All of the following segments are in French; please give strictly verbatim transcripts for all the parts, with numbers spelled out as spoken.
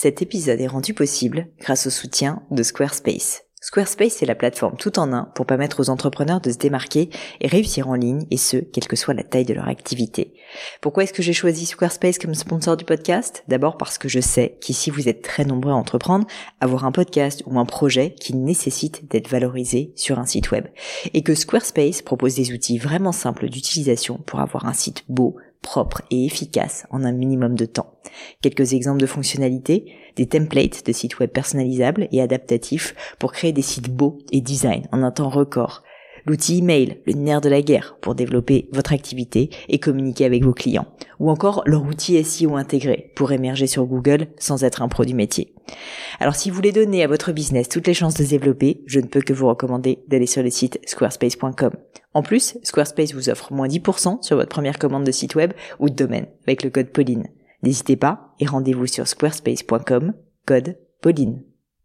Cet épisode est rendu possible grâce au soutien de Squarespace. Squarespace est la plateforme tout en un pour permettre aux entrepreneurs de se démarquer et réussir en ligne, et ce, quelle que soit la taille de leur activité. Pourquoi est-ce que j'ai choisi Squarespace comme sponsor du podcast ? D'abord parce que je sais qu'ici vous êtes très nombreux à entreprendre, avoir un podcast ou un projet qui nécessite d'être valorisé sur un site web. Et que Squarespace propose des outils vraiment simples d'utilisation pour avoir un site beau, propre et efficace en un minimum de temps. Quelques exemples de fonctionnalités, des templates de sites web personnalisables et adaptatifs pour créer des sites beaux et design en un temps record. L'outil email, le nerf de la guerre pour développer votre activité et communiquer avec vos clients. Ou encore leur outil S E O intégré pour émerger sur Google sans être un pro du métier. Alors si vous voulez donner à votre business toutes les chances de se développer, je ne peux que vous recommander d'aller sur le site squarespace point com. En plus, Squarespace vous offre moins dix pour cent sur votre première commande de site web ou de domaine avec le code Pauline. N'hésitez pas et rendez-vous sur squarespace point com, code Pauline.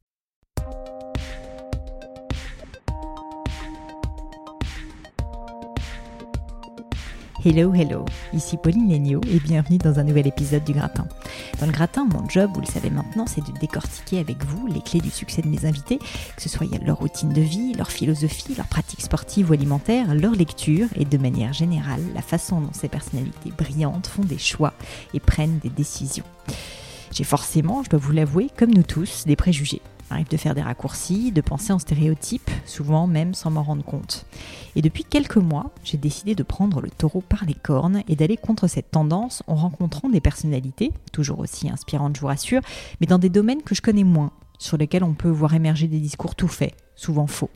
Hello, hello, ici Pauline Léniaud et bienvenue dans un nouvel épisode du Gratin. Dans le Gratin, mon job, vous le savez maintenant, c'est de décortiquer avec vous les clés du succès de mes invités, que ce soit leur routine de vie, leur philosophie, leurs pratiques sportives ou alimentaires, leur lecture et de manière générale, la façon dont ces personnalités brillantes font des choix et prennent des décisions. J'ai forcément, je dois vous l'avouer, comme nous tous, des préjugés. Arrive de faire des raccourcis, de penser en stéréotypes, souvent même sans m'en rendre compte. Et depuis quelques mois, j'ai décidé de prendre le taureau par les cornes et d'aller contre cette tendance en rencontrant des personnalités, toujours aussi inspirantes je vous rassure, mais dans des domaines que je connais moins, sur lesquels on peut voir émerger des discours tout faits, souvent faux.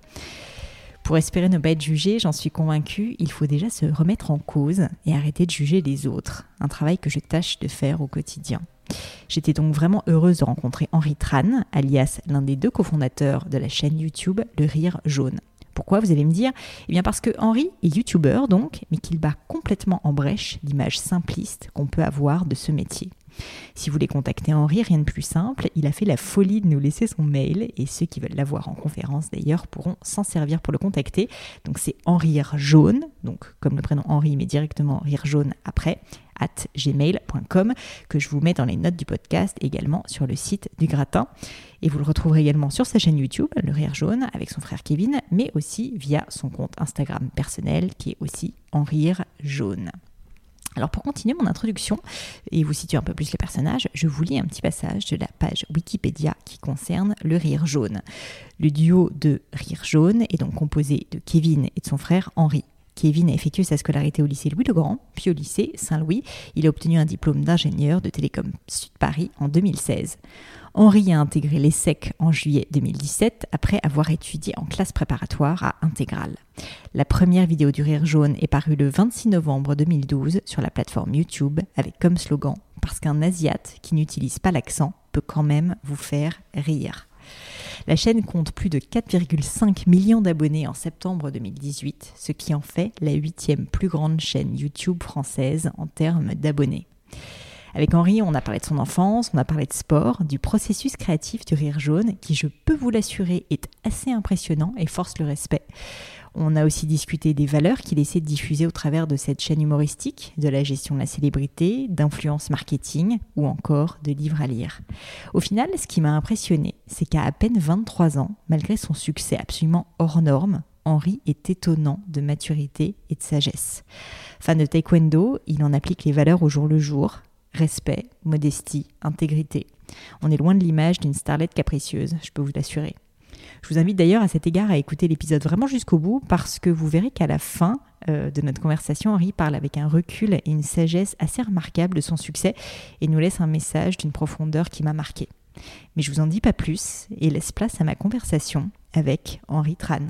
Pour espérer ne pas être jugé, j'en suis convaincue, il faut déjà se remettre en cause et arrêter de juger les autres, un travail que je tâche de faire au quotidien. J'étais donc vraiment heureuse de rencontrer Henri Tran, alias l'un des deux cofondateurs de la chaîne YouTube Le Rire Jaune. Pourquoi, vous allez me dire ? Eh bien parce que Henri est youtubeur donc, mais qu'il bat complètement en brèche l'image simpliste qu'on peut avoir de ce métier. Si vous voulez contacter Henri, rien de plus simple, il a fait la folie de nous laisser son mail et ceux qui veulent l'avoir en conférence d'ailleurs pourront s'en servir pour le contacter. Donc c'est Henri Jaune, donc comme le prénom Henri mais directement Rire Jaune après, at gmail point com, que je vous mets dans les notes du podcast également sur le site du Gratin. Et vous le retrouverez également sur sa chaîne YouTube, Le Rire Jaune, avec son frère Kevin, mais aussi via son compte Instagram personnel qui est aussi Henri Jaune. Alors pour continuer mon introduction et vous situer un peu plus les personnages, je vous lis un petit passage de la page Wikipédia qui concerne le Rire Jaune. Le duo de Rire Jaune est donc composé de Kevin et de son frère Henri. Kevin a effectué sa scolarité au lycée Louis-le-Grand, puis au lycée Saint-Louis. Il a obtenu un diplôme d'ingénieur de Télécom Sud Paris en deux mille seize. Henri a intégré l'ESSEC en juillet deux mille dix-sept après avoir étudié en classe préparatoire à Intégrale. La première vidéo du Rire Jaune est parue le vingt-six novembre deux mille douze sur la plateforme YouTube avec comme slogan « Parce qu'un Asiate qui n'utilise pas l'accent peut quand même vous faire rire ». La chaîne compte plus de quatre virgule cinq millions d'abonnés en septembre deux mille dix-huit, ce qui en fait la huitième plus grande chaîne YouTube française en termes d'abonnés. Avec Henri, on a parlé de son enfance, on a parlé de sport, du processus créatif du Rire Jaune, qui, je peux vous l'assurer, est assez impressionnant et force le respect. On a aussi discuté des valeurs qu'il essaie de diffuser au travers de cette chaîne humoristique, de la gestion de la célébrité, d'influence marketing ou encore de livres à lire. Au final, ce qui m'a impressionné, c'est qu'à à peine vingt-trois ans, malgré son succès absolument hors norme, Henri est étonnant de maturité et de sagesse. Fan de taekwondo, il en applique les valeurs au jour le jour. Respect, modestie, intégrité. On est loin de l'image d'une starlette capricieuse, je peux vous l'assurer. Je vous invite d'ailleurs à cet égard à écouter l'épisode vraiment jusqu'au bout parce que vous verrez qu'à la fin euh, de notre conversation, Henri parle avec un recul et une sagesse assez remarquable de son succès et nous laisse un message d'une profondeur qui m'a marqué. Mais je vous en dis pas plus et laisse place à ma conversation avec Henri Tran.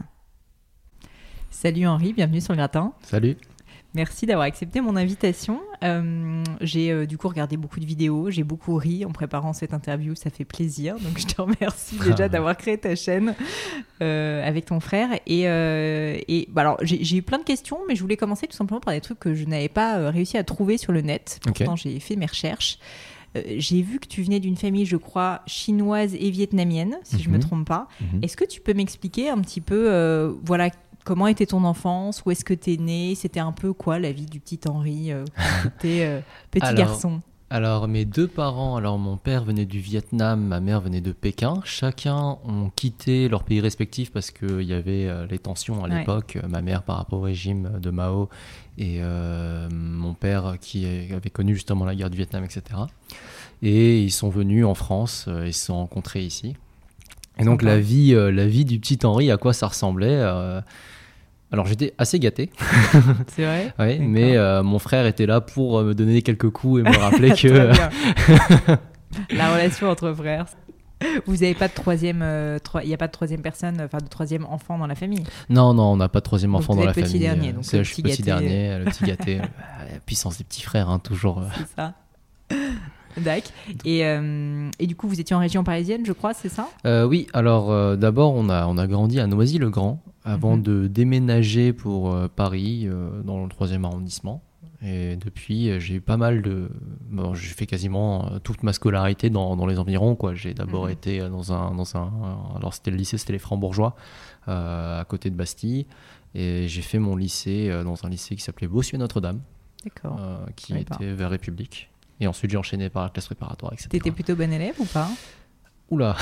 Salut Henri, bienvenue sur le Gratin. Salut. Merci d'avoir accepté mon invitation. Euh, j'ai euh, du coup regardé beaucoup de vidéos, j'ai beaucoup ri en préparant cette interview, ça fait plaisir. Donc je te remercie déjà d'avoir créé ta chaîne euh, avec ton frère. Et, euh, et bah alors j'ai, j'ai eu plein de questions, mais je voulais commencer tout simplement par des trucs que je n'avais pas euh, réussi à trouver sur le net. Pourtant okay. J'ai fait mes recherches. Euh, j'ai vu que tu venais d'une famille, je crois, chinoise et vietnamienne, si mm-hmm. je ne me trompe pas. Mm-hmm. Est-ce que tu peux m'expliquer un petit peu, euh, voilà, comment était ton enfance? Où est-ce que tu es né? C'était un peu quoi la vie du petit Henri euh, quand tu étais euh, petit Alors, garçon? Alors, mes deux parents, alors mon père venait du Vietnam, ma mère venait de Pékin. Chacun ont quitté leur pays respectif parce qu'il y avait euh, les tensions à Ouais. l'époque. Ma mère par rapport au régime de Mao et euh, mon père qui avait connu justement la guerre du Vietnam, et cetera. Et ils sont venus en France, euh, ils se sont rencontrés ici. Et donc, Sympa. la vie, euh, la vie du petit Henri, à quoi ça ressemblait euh, Alors, j'étais assez gâté. C'est vrai. Oui, D'accord. mais euh, mon frère était là pour euh, me donner quelques coups et me rappeler Très que... bien. La relation entre frères. Vous n'avez pas de troisième, euh, il n'y a pas de troisième personne, enfin de troisième enfant dans la famille. Non, non, on n'a pas de troisième Donc enfant vous dans êtes la le petit famille. dernier, euh, donc c'est le je suis petit le petit gâté. dernier, le petit gâté. euh, La puissance des petits frères, hein, toujours. euh. C'est ça. D'accord. Et, euh, et du coup, vous étiez en région parisienne, je crois, c'est ça? Euh, oui, alors euh, d'abord, on a, on a grandi à Noisy-le-Grand avant Mhm. de déménager pour euh, Paris, euh, dans le troisième arrondissement. Et depuis, euh, j'ai eu pas mal de... Bon, j'ai fait quasiment euh, toute ma scolarité dans, dans les environs, quoi. J'ai d'abord Mhm. été euh, dans un, dans un... Alors, c'était le lycée, c'était les Francs-Bourgeois, euh, à côté de Bastille. Et j'ai fait mon lycée euh, dans un lycée qui s'appelait Bossuet-Notre-Dame, D'accord. euh, qui Je savais était vers République. Et ensuite, j'ai enchaîné par la classe préparatoire, et cetera. T'étais plutôt bon élève ou pas? Oula.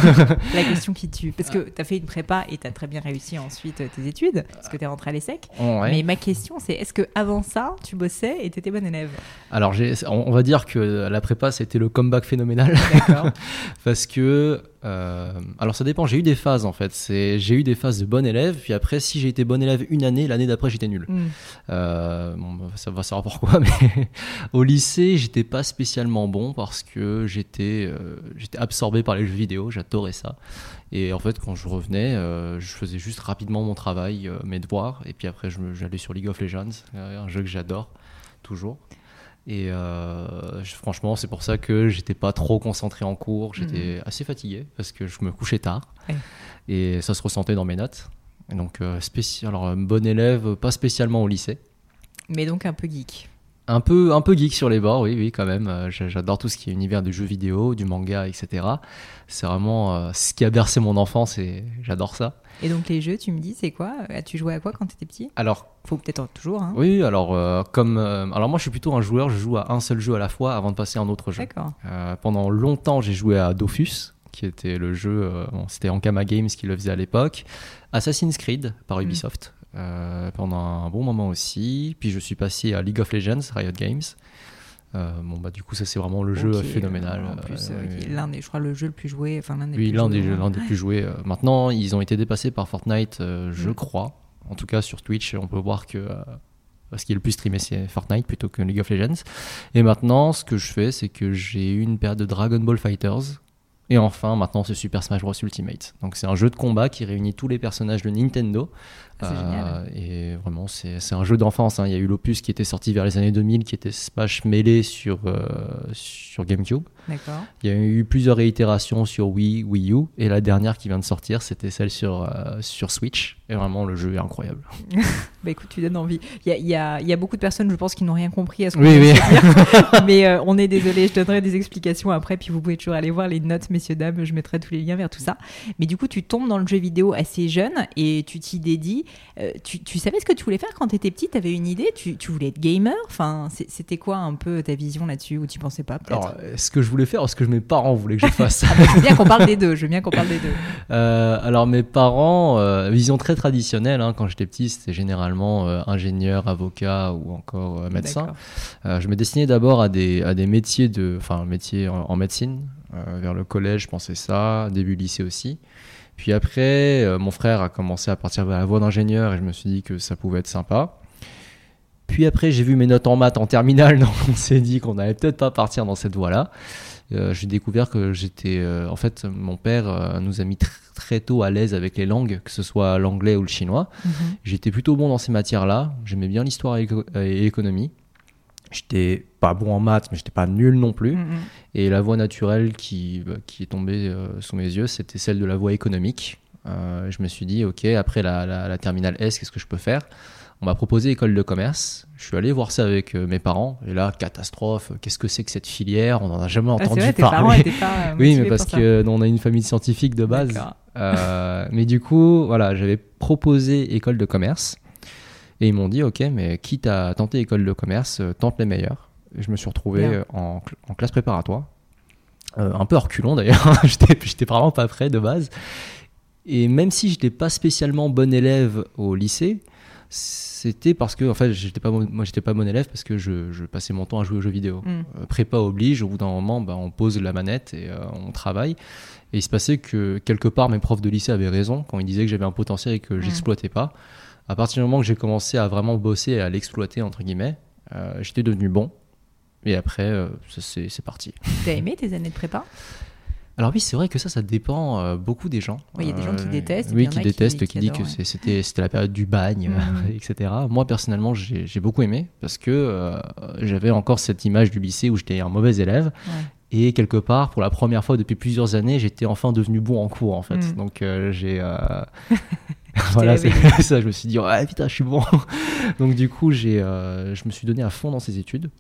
La question qui tue. Parce que t'as fait une prépa et t'as très bien réussi ensuite tes études, parce que t'es rentré à l'ESSEC. Ouais. Mais ma question, c'est est-ce que avant ça, tu bossais et t'étais bon élève? Alors, j'ai, on on va dire que la prépa, c'était le comeback phénoménal. D'accord. Parce que, euh, alors ça dépend, j'ai eu des phases en fait. C'est, j'ai eu des phases de bon élève, puis après, si j'ai été bon élève une année, l'année d'après, j'étais nul. Mm. Euh, bon, bah, ça va savoir pourquoi, mais au lycée, j'étais pas spécialement bon parce que j'étais, euh, j'étais absorbé par les jeux vidéo, j'adorais ça. Et en fait, quand je revenais, euh, je faisais juste rapidement mon travail, euh, mes devoirs, et puis après, je me, j'allais sur League of Legends, euh, un jeu que j'adore, toujours. Et euh, je- franchement, c'est pour ça que j'étais pas trop concentré en cours. J'étais Mhm. assez fatigué parce que je me couchais tard. Ouais. Et ça se ressentait dans mes notes. Et donc, euh, spéci- alors, euh, bon élève, pas spécialement au lycée. Mais donc un peu geek. Un peu, un peu geek sur les bords, oui, oui, quand même. Euh, j'a- J'adore tout ce qui est univers du jeu vidéo, du manga, et cetera. C'est vraiment euh, ce qui a bercé mon enfance et j'adore ça. Et donc les jeux, tu me dis, c'est quoi? As-tu joué à quoi quand t'étais petit? Alors, Faut peut-être toujours, hein. oui, alors, euh, comme, euh, alors moi, je suis plutôt un joueur. Je joue à un seul jeu à la fois avant de passer à un autre jeu. D'accord. Euh, pendant longtemps, j'ai joué à Dofus, qui était le jeu, euh, bon, c'était Ankama Games qui le faisait à l'époque. Assassin's Creed par Ubisoft, euh, pendant un bon moment aussi. Puis je suis passé à League of Legends, Riot Games. Euh, bon, bah, du coup, ça, c'est vraiment le jeu Ok, phénoménal. En plus, Euh, euh, qui est euh, l'un des, je crois, le jeu le plus joué, enfin l'un des oui, plus l'un joués, des, jeux- hein. l'un des plus joués. Euh, maintenant, ils ont été dépassés par Fortnite, euh, je Mm. crois. En tout cas, sur Twitch, on peut voir que euh, ce qui est le plus streamé, c'est Fortnite plutôt que League of Legends. Et maintenant, ce que je fais, c'est que j'ai eu une période de Dragon Ball Fighters. Et enfin, maintenant, c'est Super Smash Bros. Ultimate. Donc, c'est un jeu de combat qui réunit tous les personnages de Nintendo. Ah, c'est génial. Et vraiment, c'est, c'est un jeu d'enfance, hein. Il y a eu l'opus qui était sorti vers les années deux mille, qui était Smash Melee sur, euh, sur GameCube. D'accord. Il y a eu plusieurs réitérations sur Wii, Wii U, et la dernière qui vient de sortir, c'était celle sur, euh, sur Switch. Et vraiment, le jeu est incroyable. Bah écoute, tu donnes envie. Il y a, il y a- il y a beaucoup de personnes, je pense, qui n'ont rien compris à ce qu'on Oui, vient oui. de dire. Mais euh, on est désolé, je donnerai des explications après, puis vous pouvez toujours aller voir les notes, messieurs, dames, je mettrai tous les liens vers tout ça. Mais du coup, tu tombes dans le jeu vidéo assez jeune et tu t'y dédies. Euh, tu, tu savais ce que tu voulais faire quand tu étais petite? Tu avais une idée? tu, tu voulais être gamer? Enfin, c'est- c'était quoi un peu ta vision là-dessus, ou tu pensais pas peut-être? Alors, euh, ce que je voulais faire, ce que mes parents voulaient que je fasse. Ah bah, je veux bien qu'on parle des deux, je veux bien qu'on parle des deux. Euh, alors mes parents, euh, vision très traditionnelle, hein, quand j'étais petit, c'était généralement euh, ingénieur, avocat ou encore euh, médecin. D'accord. Euh, je me destinais d'abord à des, à des métiers, de, enfin, métiers en, en médecine. Euh, vers le collège, je pensais ça, début lycée aussi. Puis après, euh, mon frère a commencé à partir vers la voie d'ingénieur et je me suis dit que ça pouvait être sympa. Puis après, j'ai vu mes notes en maths en terminale, donc on s'est dit qu'on n'allait peut-être pas partir dans cette voie-là. Euh, j'ai découvert que j'étais... euh, en fait, mon père euh, nous a mis tr- très tôt à l'aise avec les langues, que ce soit l'anglais ou le chinois. Mhm. J'étais plutôt bon dans ces matières-là. J'aimais bien l'histoire et l'éco- et l'économie. J'étais pas bon en maths, mais j'étais pas nul non plus. Mhm. Et la voie naturelle qui, bah, qui est tombée euh, sous mes yeux, c'était celle de la voie économique. Euh, je me suis dit, ok, après la, la, la terminale S, qu'est-ce que je peux faire? On m'a proposé école de commerce. Je suis allé voir ça avec euh, mes parents. Et là, catastrophe. Qu'est-ce que c'est que cette filière? On n'en a jamais Ah, c'est entendu vrai, tes parents parler. étaient pas euh, Oui, motivés mais parce pour ça. que on a une famille de scientifiques de base. D'accord. Euh, mais du coup, voilà, j'avais proposé école de commerce. Et ils m'ont dit, ok, mais quitte à tenter école de commerce, euh, tente les meilleurs. et je me suis retrouvé Bien. en, cl- en classe préparatoire. Euh, un peu à reculons d'ailleurs, j'étais, j'étais vraiment pas prêt de base. Et même si je n'étais pas spécialement bon élève au lycée, c'était parce que, en fait, j'étais pas, moi j'étais pas bon élève parce que je, je passais mon temps à jouer aux jeux vidéo. Mm. Euh, prépa oblige, au bout d'un moment, bah, on pose la manette et euh, on travaille. Et il se passait que quelque part, mes profs de lycée avaient raison quand ils disaient que j'avais un potentiel et que Mm. j'exploitais pas. À partir du moment que j'ai commencé à vraiment bosser et à l'exploiter, entre guillemets, euh, j'étais devenu bon. Et après, euh, ça, c'est, c'est parti. T'as aimé tes années de prépa? Alors oui, c'est vrai que ça, ça dépend euh, beaucoup des gens. Oui, il y a des gens qui Euh, détestent, et Oui, puis il y en qui a qui- détestent, qui, qui disent adorent, que ouais. c'est- c'était, c'était la période du bagne, Mhm. et cetera. Moi, personnellement, j'ai, j'ai beaucoup aimé parce que euh, j'avais encore cette image du lycée où j'étais un mauvais élève. Ouais. Et quelque part, pour la première fois depuis plusieurs années, j'étais enfin devenu bon en cours, en fait. Mhm. Donc, euh, j'ai... euh, voilà, c'est réveillé. ça. Je me suis dit, ah putain, je suis bon. Donc, du coup, j'ai, euh, je me suis donné à fond dans ces études.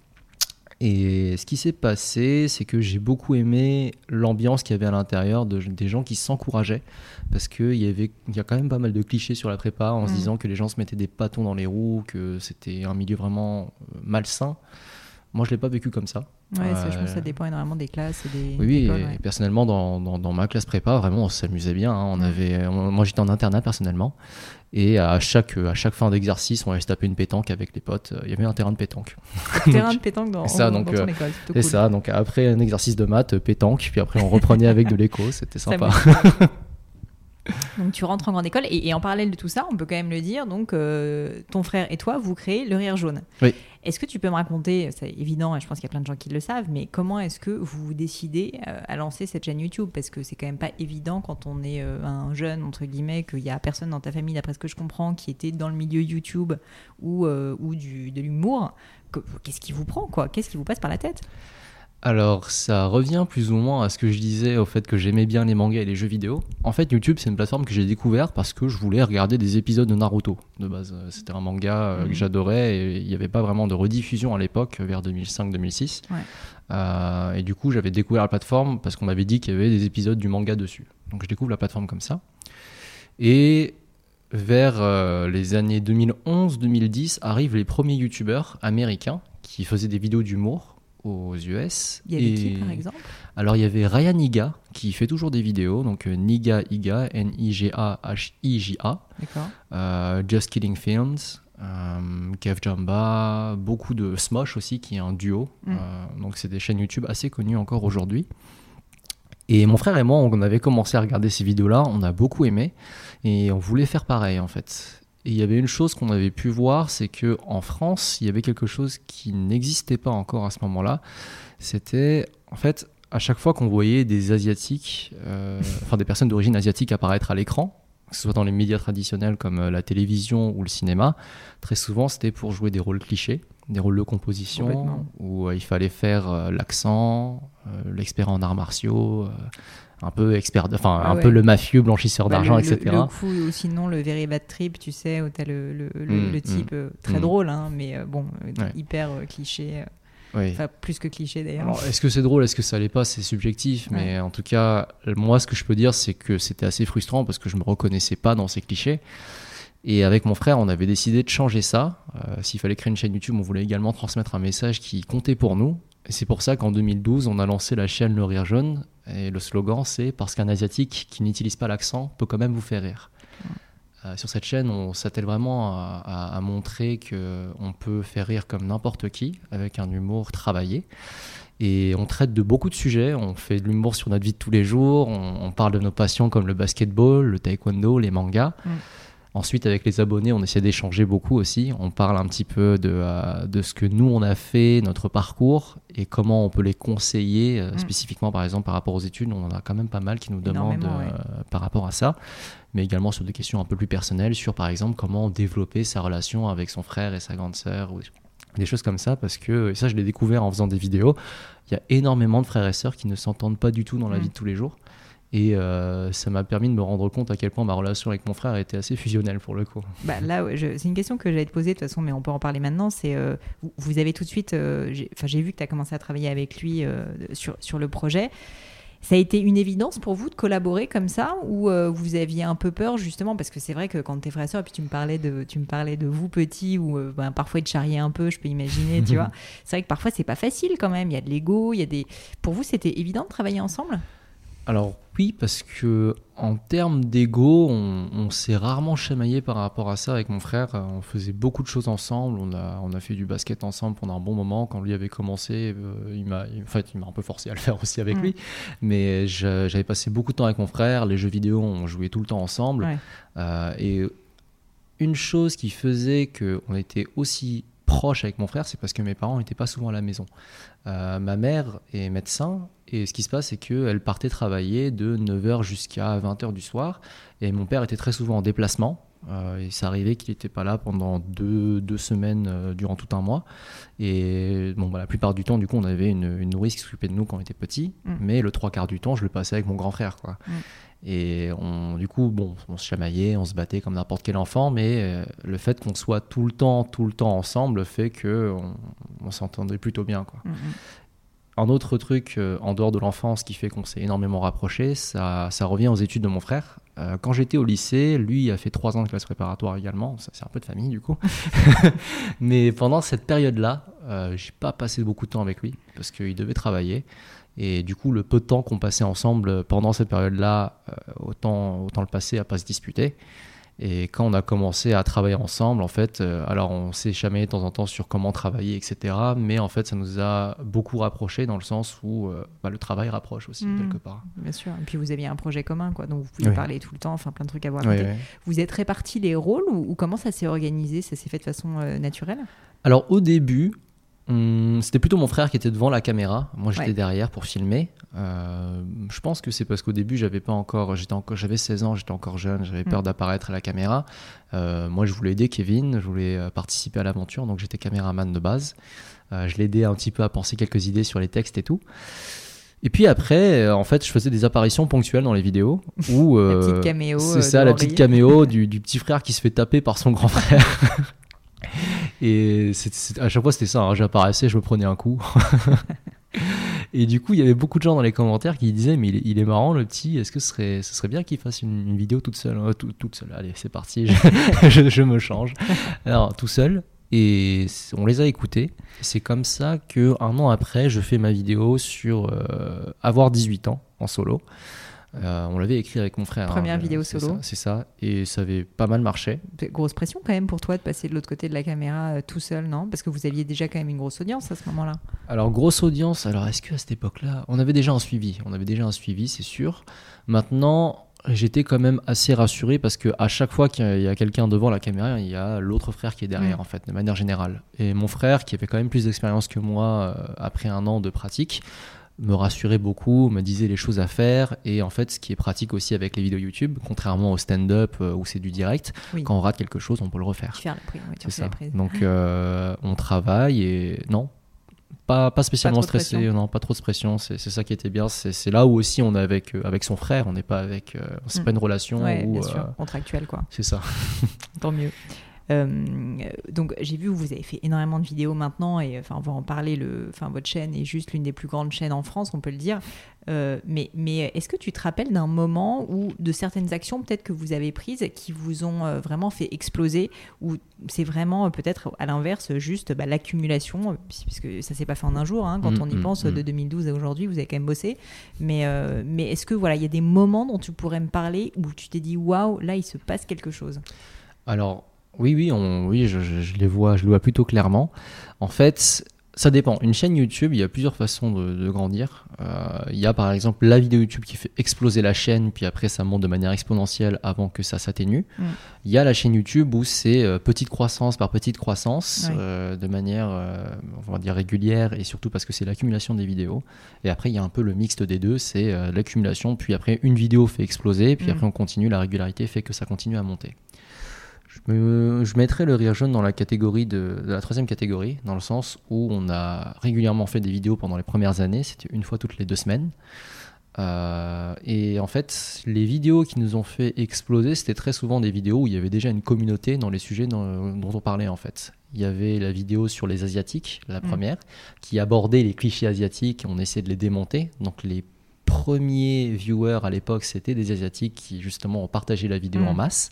Et ce qui s'est passé, c'est que j'ai beaucoup aimé l'ambiance qu'il y avait à l'intérieur, de, des gens qui s'encourageaient, parce qu'il y avait, il y a quand même pas mal de clichés sur la prépa, en Mm. se disant que les gens se mettaient des bâtons dans les roues, que c'était un milieu vraiment euh, malsain. Moi, je l'ai pas vécu comme ça. Ouais, ça, je pense que ça Euh, dépend énormément des classes et des Oui, oui, écoles, et ouais. personnellement, dans, dans, dans ma classe prépa, vraiment, on s'amusait bien. hein. On Mm. avait, on- moi, j'étais en internat personnellement, et à chaque, à chaque fin d'exercice, on allait se taper une pétanque avec les potes. Il y avait un terrain de pétanque. Terrain de pétanque dans, C'est ça, dans donc, ton euh, école. C'est plutôt cool. ça, donc après un exercice de maths, pétanque, puis après on reprenait avec de l'écho, c'était Ça sympa. me- Donc tu rentres en grande école et, et en parallèle de tout ça, on peut quand même le dire, donc euh, ton frère et toi, vous créez Le Rire Jaune. Oui. Est-ce que tu peux me raconter, c'est évident et je pense qu'il y a plein de gens qui le savent, mais comment est-ce que vous vous décidez euh, à lancer cette chaîne YouTube? Parce que c'est quand même pas évident quand on est euh, un jeune, entre guillemets, qu'il y a personne dans ta famille, d'après ce que je comprends, qui était dans le milieu YouTube ou, euh, ou du, de l'humour. Que- Qu'est-ce qui vous prend, quoi? Qu'est-ce qui vous passe par la tête? Alors ça revient plus ou moins à ce que je disais au fait que j'aimais bien les mangas et les jeux vidéo. En fait, YouTube, c'est une plateforme que j'ai découvert parce que je voulais regarder des épisodes de Naruto de base. Euh, C'était un manga euh, Mhm. que j'adorais et il n'y avait pas vraiment de rediffusion à l'époque, vers deux mille cinq deux mille six. Ouais. Euh, et du coup, j'avais découvert la plateforme parce qu'on m'avait dit qu'il y avait des épisodes du manga dessus. Donc je découvre la plateforme comme ça. Et vers euh, les années deux mille onze deux mille dix arrivent les premiers youtubeurs américains qui faisaient des vidéos d'humour aux U S. Il y avait Et- qui, par exemple? Alors il y avait Ryan Higa qui fait toujours des vidéos, donc euh, Niga Higa, N I G A H I J A, D'accord. euh, Just Killing Films, euh, Kev Jamba, beaucoup de Smosh aussi qui est un duo, Mm. Euh, donc c'est des chaînes YouTube assez connues encore aujourd'hui. Et mon frère et moi, on avait commencé à regarder ces vidéos-là, on a beaucoup aimé et on voulait faire pareil en fait. Et il y avait une chose qu'on avait pu voir, c'est que en France, il y avait quelque chose qui n'existait pas encore à ce moment-là. C'était en fait à chaque fois qu'on voyait des asiatiques, euh, enfin des personnes d'origine asiatique apparaître à l'écran, que ce soit dans les médias traditionnels comme euh, la télévision ou le cinéma, très souvent c'était pour jouer des rôles clichés, des rôles de composition Complètement. où euh, il fallait faire euh, l'accent, euh, l'expert en arts martiaux, euh, un peu expert, enfin Ah un ouais. peu le mafieux blanchisseur Bah, d'argent, le, et le- cetera. Le coup, ou sinon le Very Bad Trip, tu sais, où t'as le, le, le, Mm, le type euh, très mm. drôle, hein, mais euh, bon, euh, Ouais. hyper euh, cliché, euh, Oui. enfin plus que cliché d'ailleurs. Alors, est-ce que c'est drôle, est-ce que ça l'est pas, c'est subjectif, mais en tout cas, moi, ce que je peux dire, c'est que c'était assez frustrant parce que je me reconnaissais pas dans ces clichés. Et avec mon frère, on avait décidé de changer ça. Euh, s'il fallait créer une chaîne YouTube, on voulait également transmettre un message qui comptait pour nous. Et c'est pour ça qu'en deux mille douze, on a lancé la chaîne Le Rire Jaune. Et le slogan, c'est « Parce qu'un Asiatique qui n'utilise pas l'accent peut quand même vous faire rire ». Euh, sur cette chaîne, on s'attelle vraiment à, à- à montrer qu'on peut faire rire comme n'importe qui, avec un humour travaillé. Et on traite de beaucoup de sujets, on fait de l'humour sur notre vie de tous les jours, on, on parle de nos passions comme le basketball, le taekwondo, les mangas. Mm. Ensuite, avec les abonnés, on essaie d'échanger beaucoup aussi. On parle un petit peu de, euh, de ce que nous, on a fait, notre parcours, et comment on peut les conseiller, euh, Mm. spécifiquement, par exemple, par rapport aux études. On en a quand même pas mal qui nous demandent Énormément, ouais. euh, par rapport à ça. Mais également sur des questions un peu plus personnelles, sur, par exemple, comment développer sa relation avec son frère et sa grande sœur, ou des choses comme ça, parce que, et ça, je l'ai découvert en faisant des vidéos, il y a énormément de frères et sœurs qui ne s'entendent pas du tout dans la Mm. vie de tous les jours. Et euh, ça m'a permis de me rendre compte à quel point ma relation avec mon frère était assez fusionnelle pour le coup. Bah, là, ouais, je- c'est une question que j'allais te poser de toute façon, mais on peut en parler maintenant. C'est euh, vous, vous avez tout de suite, euh, j'ai, enfin, j'ai vu que tu as commencé à travailler avec lui euh, sur, sur le projet. Ça a été une évidence pour vous de collaborer comme ça ou euh, vous aviez un peu peur justement parce que c'est vrai que quand t'es frère et sœur, et puis tu me parlais de, tu me parlais de vous petits où euh, ben, parfois ils te charriaient un peu, je peux imaginer, tu vois. C'est vrai que parfois c'est pas facile quand même, il y a de l'ego, il y a des... Pour vous c'était évident de travailler ensemble ? Alors oui, parce que en termes d'ego, on, on s'est rarement chamaillé par rapport à ça avec mon frère. On faisait beaucoup de choses ensemble. On a, on a fait du basket ensemble pendant un bon moment. Quand lui avait commencé, euh, il m'a, en fait, il m'a un peu forcé à le faire aussi avec mmh. lui. Mais je, j'avais passé beaucoup de temps avec mon frère. Les jeux vidéo, on jouait tout le temps ensemble. Ouais. Euh, et une chose qui faisait qu'on était aussi proche avec mon frère, c'est parce que mes parents n'étaient pas souvent à la maison. Euh, ma mère est médecin et ce qui se passe, c'est qu'elle partait travailler de neuf heures jusqu'à vingt heures du soir et mon père était très souvent en déplacement. Euh, et ça arrivait qu'il n'était pas là pendant deux, deux semaines euh, durant tout un mois. Et bon, bah, la plupart du temps, du coup, on avait une, une nourrice qui s'occupait de nous quand on était petits, mmh. mais le trois quarts du temps, je le passais avec mon grand frère, quoi. Mmh. Et on, du coup, bon, on se chamaillait, on se battait comme n'importe quel enfant, mais euh, le fait qu'on soit tout le temps, tout le temps ensemble fait qu'on on s'entendait plutôt bien, quoi. Mmh. Un autre truc euh, en dehors de l'enfance qui fait qu'on s'est énormément rapprochés, ça, ça revient aux études de mon frère. Euh, quand j'étais au lycée, lui a fait trois ans de classe préparatoire également, ça, c'est un peu de famille du coup. Mais pendant cette période-là, euh, j'ai pas passé beaucoup de temps avec lui parce qu'il devait travailler. Et du coup, le peu de temps qu'on passait ensemble pendant cette période-là, euh, autant, autant le passer à pas se disputer. Et quand on a commencé à travailler ensemble, en fait, euh, alors on s'est chamaillé de temps en temps sur comment travailler, et cetera. Mais en fait, ça nous a beaucoup rapprochés dans le sens où euh, bah, le travail rapproche aussi, mmh, quelque part. Bien sûr. Et puis vous aviez un projet commun, quoi, donc vous pouviez oui. parler tout le temps, enfin plein de trucs à voir. Oui, oui. Vous êtes répartis les rôles ou, ou comment ça s'est organisé ? Ça s'est fait de façon euh, naturelle ? Alors au début, hum, c'était plutôt mon frère qui était devant la caméra. Moi, j'étais ouais. derrière pour filmer. Euh, je pense que c'est parce qu'au début j'avais pas encore, j'étais encore, j'avais seize ans, j'étais encore jeune, j'avais peur mmh. d'apparaître à la caméra. Euh, moi je voulais aider Kevin, je voulais euh, participer à l'aventure, donc j'étais caméraman de base. Euh, je l'aidais un petit peu à penser quelques idées sur les textes et tout. Et puis après, euh, en fait, je faisais des apparitions ponctuelles dans les vidéos où euh, la petite caméo. C'est euh, ça, la petite caméo du, du petit frère qui se fait taper par son grand frère. Et c'est, c'est, à chaque fois c'était ça, hein, j'apparaissais, je me prenais un coup. Et du coup, il y avait beaucoup de gens dans les commentaires qui disaient mais il est, il est marrant le petit, est-ce que ce serait, ce serait bien qu'il fasse une, une vidéo toute seule, euh, tout, toute seule. Allez, c'est parti, je, je, je me change. Alors, tout seul. Et on les a écoutés. C'est comme ça qu'un an après, je fais ma vidéo sur euh, avoir dix-huit ans en solo. Euh, on l'avait écrit avec mon frère. Première hein, vidéo c'est solo. Ça, c'est ça, et ça avait pas mal marché. Grosse pression quand même pour toi de passer de l'autre côté de la caméra euh, tout seul, non ? Parce que vous aviez déjà quand même une grosse audience à ce moment-là. Alors grosse audience, alors est-ce qu'à cette époque-là, on avait déjà un suivi, on avait déjà un suivi, c'est sûr. Maintenant, j'étais quand même assez rassuré parce qu'à chaque fois qu'il y a quelqu'un devant la caméra, il y a l'autre frère qui est derrière mmh. en fait, de manière générale. Et mon frère, qui avait quand même plus d'expérience que moi euh, après un an de pratique, me rassurait beaucoup, me disait les choses à faire. Et en fait, ce qui est pratique aussi avec les vidéos YouTube, contrairement au stand-up euh, où c'est du direct, oui. quand on rate quelque chose, on peut le refaire. Faire la prise, oui, c'est ça. Donc, euh, on travaille et non, pas, pas spécialement pas stressé, non, pas trop de pression. C'est, c'est ça qui était bien. C'est, c'est là où aussi on est avec, euh, avec son frère. On n'est pas avec, euh, c'est mmh. pas une relation ouais, où, bien euh, sûr, contractuelle quoi. C'est ça. Tant mieux. Euh, donc j'ai vu que vous avez fait énormément de vidéos maintenant et enfin on va en parler, le, enfin votre chaîne est juste l'une des plus grandes chaînes en France, on peut le dire. Euh, mais, mais est-ce que tu te rappelles d'un moment où de certaines actions peut-être que vous avez prises qui vous ont euh, vraiment fait exploser, ou c'est vraiment euh, peut-être à l'inverse juste bah, l'accumulation, puisque ça s'est pas fait en un jour hein, quand mmh, on y mmh, pense mmh. de deux mille douze à aujourd'hui vous avez quand même bossé, mais, euh, mais est-ce que voilà il y a des moments dont tu pourrais me parler où tu t'es dit waouh là il se passe quelque chose? Alors oui, oui, on, oui je, je, je les vois, je les vois plutôt clairement. En fait, ça dépend. Une chaîne YouTube, il y a plusieurs façons de, de grandir. Euh, il y a par exemple la vidéo YouTube qui fait exploser la chaîne, puis après ça monte de manière exponentielle avant que ça s'atténue. Mm. Il y a la chaîne YouTube où c'est euh, petite croissance par petite croissance, ouais. euh, de manière, euh, on va dire régulière, et surtout parce que c'est l'accumulation des vidéos. Et après, il y a un peu le mixte des deux, c'est euh, l'accumulation, puis après une vidéo fait exploser, puis mm. après on continue, la régularité fait que ça continue à monter. Je, me, je mettrais le Rire Jaune dans la catégorie de, de la troisième catégorie, dans le sens où on a régulièrement fait des vidéos pendant les premières années, c'était une fois toutes les deux semaines. Euh, et en fait, les vidéos qui nous ont fait exploser, c'était très souvent des vidéos où il y avait déjà une communauté dans les sujets dans, dont on parlait en fait. Il y avait la vidéo sur les Asiatiques, la première, mmh. qui abordait les clichés asiatiques, on essayait de les démonter, donc les premiers viewers à l'époque, c'était des Asiatiques qui justement ont partagé la vidéo mmh. en masse.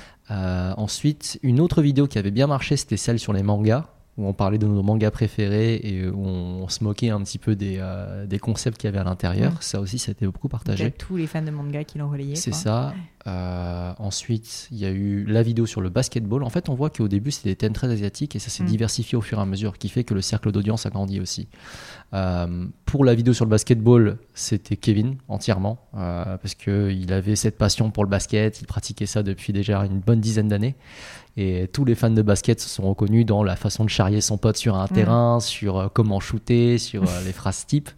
Euh, ensuite, une autre vidéo qui avait bien marché, c'était celle sur les mangas, où on parlait de nos mangas préférés et où on, on se moquait un petit peu des, euh, des concepts qu'il y avait à l'intérieur. Mmh. Ça aussi, ça a été beaucoup partagé. Il y a tous les fans de manga qui l'ont relayé. C'est quoi. ça. Euh, ensuite, il y a eu la vidéo sur le basketball. En fait, on voit qu'au début, c'était des thèmes très asiatiques et ça s'est mmh. diversifié au fur et à mesure, qui fait que le cercle d'audience a grandi aussi. Euh, pour la vidéo sur le basketball, c'était Kevin entièrement, euh, parce qu'il avait cette passion pour le basket, il pratiquait ça depuis déjà une bonne dizaine d'années. Et tous les fans de basket se sont reconnus dans la façon de charrier son pote sur un mmh. terrain, sur euh, comment shooter, sur euh, les phrases types.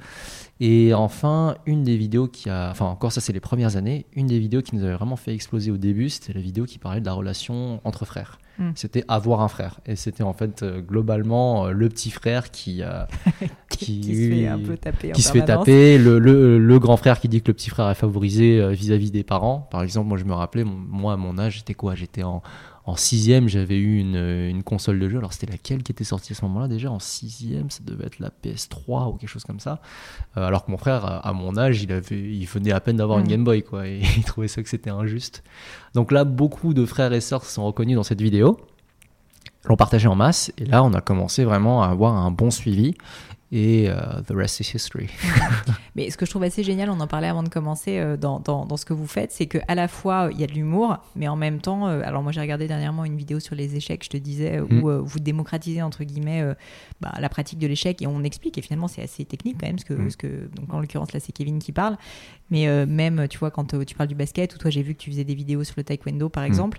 Et enfin, une des vidéos qui a... Enfin, encore ça, c'est les premières années. Une des vidéos qui nous avait vraiment fait exploser au début, c'était la vidéo qui parlait de la relation entre frères. Mm. C'était avoir un frère. Et c'était en fait, euh, globalement, euh, le petit frère qui... Euh, qui, qui se fait un peu taper en Qui se fait taper. Le, le, le grand frère qui dit que le petit frère est favorisé euh, vis-à-vis des parents. Par exemple, moi, je me rappelais, moi, à mon âge, j'étais quoi ? J'étais en... En sixième, j'avais eu une, une console de jeu. Alors, c'était laquelle qui était sortie à ce moment-là déjà ? En sixième, ça devait être la P S trois ou quelque chose comme ça. Euh, alors que mon frère, à mon âge, il, avait, il venait à peine d'avoir mmh. une Game Boy, quoi. Et il trouvait ça que c'était injuste. Donc là, beaucoup de frères et sœurs se sont reconnus dans cette vidéo, l'ont partagé en masse. Et là, on a commencé vraiment à avoir un bon suivi. Et uh, the rest is history. Mais ce que je trouve assez génial, on en parlait avant de commencer euh, dans, dans, dans ce que vous faites, c'est qu'à la fois, il y a de l'humour, mais en même temps, euh, alors moi j'ai regardé dernièrement une vidéo sur les échecs, je te disais, mmh. où euh, vous démocratisez entre guillemets euh, bah, la pratique de l'échec et on explique, et finalement c'est assez technique quand même, parce que, mmh. parce que donc en l'occurrence là c'est Kevin qui parle, mais euh, même tu vois quand euh, tu parles du basket, ou toi j'ai vu que tu faisais des vidéos sur le taekwondo par mmh. exemple,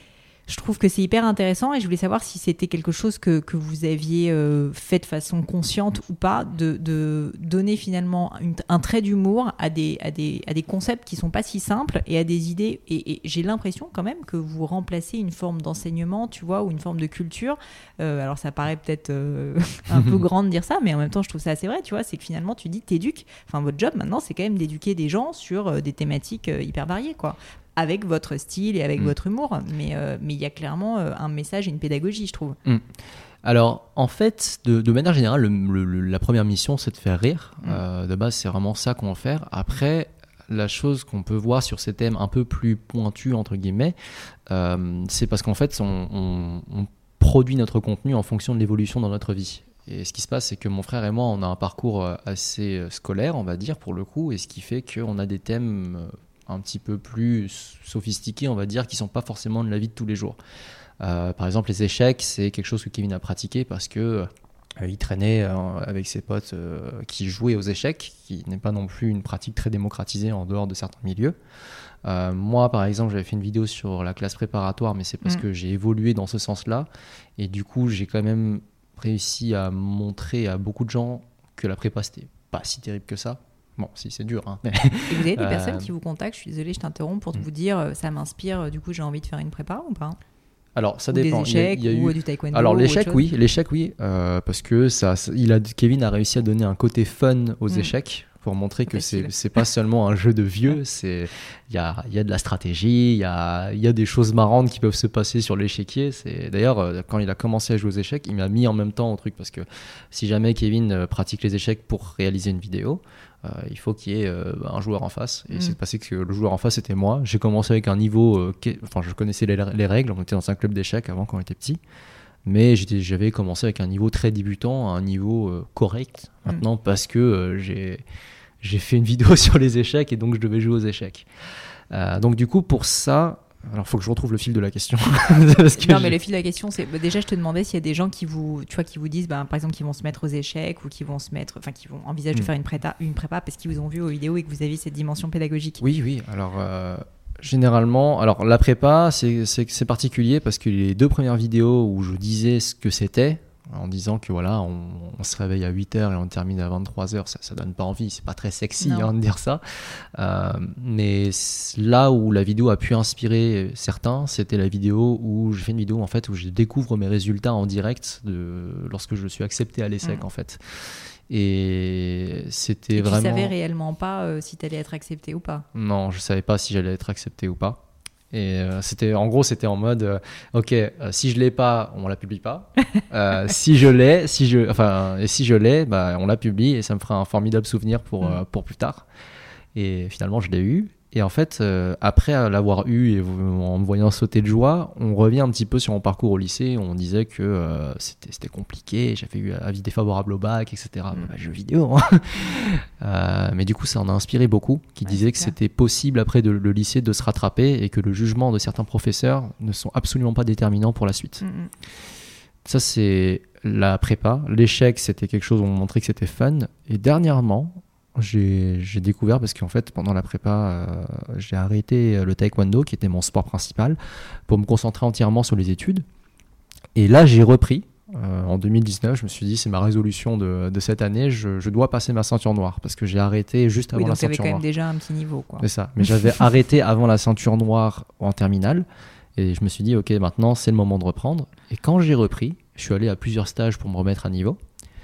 je trouve que c'est hyper intéressant et je voulais savoir si c'était quelque chose que, que vous aviez euh, fait de façon consciente ou pas, de, de donner finalement une, un trait d'humour à des, à, des, à des concepts qui ne sont pas si simples et à des idées. Et, et j'ai l'impression quand même que vous remplacez une forme d'enseignement, tu vois, ou une forme de culture. Euh, alors ça paraît peut-être euh, un peu grand de dire ça, mais en même temps je trouve ça assez vrai, tu vois, c'est que finalement tu dis t'éduques. Enfin votre job maintenant c'est quand même d'éduquer des gens sur euh, des thématiques euh, hyper variées, quoi. Avec votre style et avec mmh. votre humour, mais euh, mais il y a clairement euh, un message et une pédagogie, je trouve. Mmh. Alors, en fait, de, de manière générale, le, le, la première mission, c'est de faire rire. Mmh. Euh, de base, c'est vraiment ça qu'on va faire. Après, la chose qu'on peut voir sur ces thèmes un peu plus pointus, entre guillemets, euh, c'est parce qu'en fait, on, on, on produit notre contenu en fonction de l'évolution dans notre vie. Et ce qui se passe, c'est que mon frère et moi, on a un parcours assez scolaire, on va dire, pour le coup, et ce qui fait qu'on a des thèmes un petit peu plus sophistiqués, on va dire, qui ne sont pas forcément de la vie de tous les jours. Euh, par exemple, les échecs, c'est quelque chose que Kevin a pratiqué parce que euh, il traînait euh, avec ses potes euh, qui jouaient aux échecs, qui n'est pas non plus une pratique très démocratisée en dehors de certains milieux. Euh, moi, par exemple, j'avais fait une vidéo sur la classe préparatoire, mais c'est parce mmh. que j'ai évolué dans ce sens-là. Et du coup, j'ai quand même réussi à montrer à beaucoup de gens que la prépa, c'était pas si terrible que ça. Bon, si, c'est dur. Hein. Et vous avez des euh... personnes qui vous contactent, je suis désolée, je t'interromps, pour mmh. vous dire ça m'inspire, du coup j'ai envie de faire une prépa ou pas ? Alors, ça ou dépend. Des échecs, il y a, il y a ou eu... du taekwondo. Alors, l'échec, oui, l'échec, oui, euh, parce que ça, il a, Kevin a réussi à donner un côté fun aux mmh. échecs pour montrer que c'est, c'est pas seulement un jeu de vieux, c'est, il y a, il y a de la stratégie, il y a, il y a des choses marrantes qui peuvent se passer sur l'échiquier. C'est, d'ailleurs, quand il a commencé à jouer aux échecs, il m'a mis en même temps au truc parce que si jamais Kevin pratique les échecs pour réaliser une vidéo, Euh, il faut qu'il y ait euh, un joueur en face. Et mmh. c'est passé que le joueur en face c'était moi. J'ai commencé avec un niveau, euh, qui... enfin je connaissais les, les règles. On était dans un club d'échecs avant quand on était petit, mais j'étais, j'avais commencé avec un niveau très débutant, un niveau euh, correct. Maintenant mmh. parce que euh, j'ai j'ai fait une vidéo sur les échecs et donc je devais jouer aux échecs. Euh, donc du coup pour ça. Alors, il faut que je retrouve le fil de la question. Parce que non, j'ai... mais le fil de la question, c'est... Bah, déjà, je te demandais s'il y a des gens qui vous, tu vois, qui vous disent, bah, par exemple, qui vont se mettre aux échecs ou qui vont se mettre... Enfin, qui vont envisager mmh. de faire une prépa, une prépa parce qu'ils vous ont vu aux vidéos et que vous avez cette dimension pédagogique. Oui, oui. Alors, euh, généralement... Alors, la prépa, c'est, c'est, c'est particulier parce que les deux premières vidéos où je disais ce que c'était, en disant que voilà, on, on se réveille à huit heures et on termine à vingt-trois heures, ça, ça donne pas envie, c'est pas très sexy hein, de dire ça. Euh, mais là où la vidéo a pu inspirer certains, c'était la vidéo où je fais une vidéo en fait où je découvre mes résultats en direct de, lorsque je suis accepté à l'ESSEC mmh. en fait. Et c'était et vraiment. Tu savais réellement pas euh, si tu allais être accepté ou pas ? Non, je savais pas si j'allais être accepté ou pas. Et euh, c'était, en gros, c'était en mode, euh, ok, euh, si je l'ai pas, on la publie pas. Euh, si je l'ai, si je, enfin, et si je l'ai, bah, on la publie et ça me fera un formidable souvenir pour mmh. euh, pour plus tard. Et finalement, je l'ai eu. Et en fait, euh, après l'avoir eu et en me voyant sauter de joie, on revient un petit peu sur mon parcours au lycée. On disait que euh, c'était, c'était compliqué, j'avais eu avis défavorable au bac, et cetera. Mmh. Bah, jeux vidéo. Hein. euh, mais du coup, ça en a inspiré beaucoup, qui ouais, disaient que clair. C'était possible après de, le lycée de se rattraper et que le jugement de certains professeurs ne sont absolument pas déterminants pour la suite. Mmh. Ça, c'est la prépa. L'échec, c'était quelque chose où on montrait que c'était fun. Et dernièrement, J'ai, j'ai découvert, parce qu'en fait pendant la prépa euh, j'ai arrêté le taekwondo qui était mon sport principal pour me concentrer entièrement sur les études, et là j'ai repris euh, en deux mille dix-neuf. Je me suis dit c'est ma résolution de, de cette année, je, je dois passer ma ceinture noire, parce que j'ai arrêté juste avant oui, la ceinture noire. Donc tu avais quand même déjà un petit niveau quoi. C'est ça, mais j'avais arrêté avant la ceinture noire en terminale, et je me suis dit ok, maintenant c'est le moment de reprendre. Et quand j'ai repris, je suis allé à plusieurs stages pour me remettre à niveau.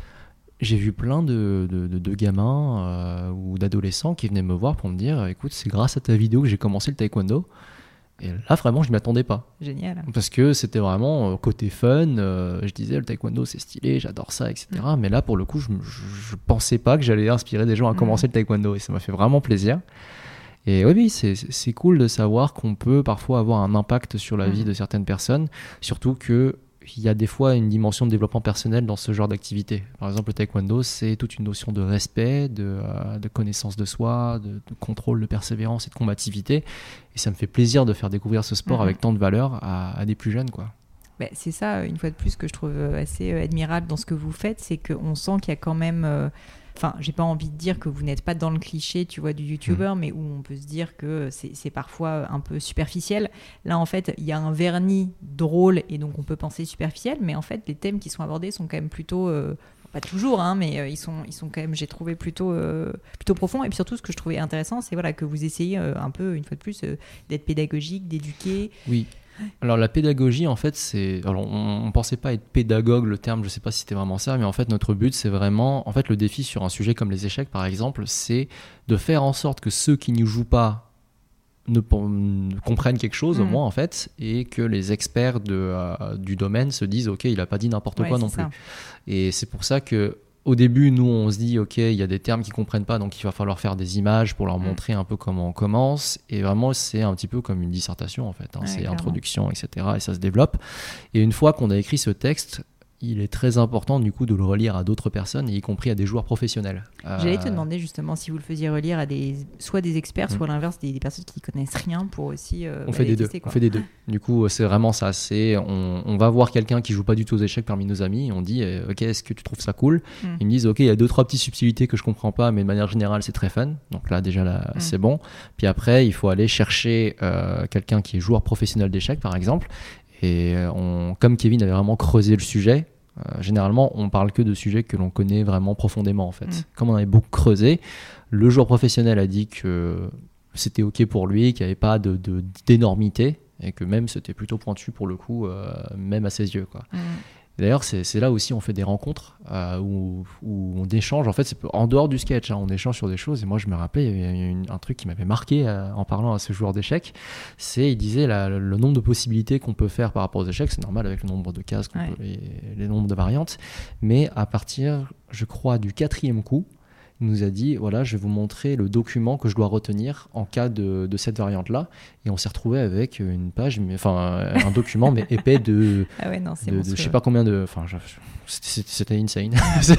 J'ai vu plein de, de, de, de gamins euh, ou d'adolescents qui venaient me voir pour me dire écoute, c'est grâce à ta vidéo que j'ai commencé le taekwondo. Et là, vraiment, je ne m'y attendais pas. Génial. Parce que c'était vraiment euh, côté fun. Euh, je disais le taekwondo, c'est stylé, j'adore ça, et cetera. Mmh. Mais là, pour le coup, je ne pensais pas que j'allais inspirer des gens à commencer mmh. le taekwondo. Et ça m'a fait vraiment plaisir. Et oui, oui c'est, c'est cool de savoir qu'on peut parfois avoir un impact sur la mmh. vie de certaines personnes. Surtout que il y a des fois une dimension de développement personnel dans ce genre d'activité. Par exemple, le taekwondo, c'est toute une notion de respect, de, euh, de connaissance de soi, de, de contrôle, de persévérance et de combativité. Et ça me fait plaisir de faire découvrir ce sport mmh. avec tant de valeur à, à des plus jeunes, quoi. Bah, c'est ça, une fois de plus, que je trouve assez admirable dans ce que vous faites, c'est qu'on sent qu'il y a quand même... Euh, Enfin, j'ai pas envie de dire que vous n'êtes pas dans le cliché, tu vois, du youtubeur, mmh. mais où on peut se dire que c'est, c'est parfois un peu superficiel. Là, en fait, il y a un vernis drôle et donc on peut penser superficiel, mais en fait, les thèmes qui sont abordés sont quand même plutôt, euh, pas toujours, hein, mais euh, ils sont, ils sont quand même, j'ai trouvé plutôt, euh, plutôt profonds. Et puis surtout, ce que je trouvais intéressant, c'est voilà que vous essayez euh, un peu, une fois de plus, euh, d'être pédagogique, d'éduquer. Oui. Alors la pédagogie, en fait, c'est. Alors, on ne pensait pas être pédagogue, le terme, je ne sais pas si c'était vraiment ça, mais en fait, notre but, c'est vraiment. En fait, le défi sur un sujet comme les échecs, par exemple, c'est de faire en sorte que ceux qui n'y jouent pas ne, ne comprennent quelque chose, mmh. au moins, en fait, et que les experts de, euh, du domaine se disent ok, il n'a pas dit n'importe ouais, quoi non plus. Ça. Et c'est pour ça que. Au début, nous, on se dit, OK, il y a des termes qu'ils ne comprennent pas, donc il va falloir faire des images pour leur mmh. montrer un peu comment on commence. Et vraiment, c'est un petit peu comme une dissertation, en fait. Hein. Ouais, c'est clairement. Introduction, et cetera. Et ça se développe. Et une fois qu'on a écrit ce texte, il est très important, du coup, de le relire à d'autres personnes, y compris à des joueurs professionnels. J'allais te demander, justement, si vous le faisiez relire à des, soit des experts, mmh. soit à l'inverse, des, des personnes qui ne connaissent rien pour aussi euh, on bah, fait des tester, deux. Quoi. On fait des deux. Du coup, c'est vraiment ça. C'est, on, on va voir quelqu'un qui ne joue pas du tout aux échecs parmi nos amis. Et on dit, OK, est-ce que tu trouves ça cool mmh. Ils me disent, OK, il y a deux, trois petites subtilités que je ne comprends pas, mais de manière générale, c'est très fun. Donc là, déjà, là, mmh. c'est bon. Puis après, il faut aller chercher euh, quelqu'un qui est joueur professionnel d'échecs, par exemple. Et on, comme Kevin avait vraiment creusé le sujet, Euh, généralement, on parle que de sujets que l'on connaît vraiment profondément, en fait. Mmh. Comme on avait beaucoup creusé, le joueur professionnel a dit que c'était OK pour lui, qu'il n'y avait pas de, de, d'énormité et que même c'était plutôt pointu pour le coup, euh, même à ses yeux, quoi. Mmh. D'ailleurs, c'est, c'est là aussi on fait des rencontres euh, où, où on échange. En fait, c'est en dehors du sketch, hein, on échange sur des choses. Et moi, je me rappelais, il y avait une, un truc qui m'avait marqué euh, en parlant à ce joueur d'échecs. C'est, il disait, la, le nombre de possibilités qu'on peut faire par rapport aux échecs. C'est normal avec le nombre de cases, qu'on ouais. peut, les, les nombres de variantes. Mais à partir, je crois, du quatrième coup, il nous a dit, voilà, je vais vous montrer le document que je dois retenir en cas de, de cette variante-là. Et on s'est retrouvé avec une page, mais, enfin un document, mais épais de, ah ouais, non, c'est de, de je sais pas combien de... Enfin, je, c'était, c'était insane.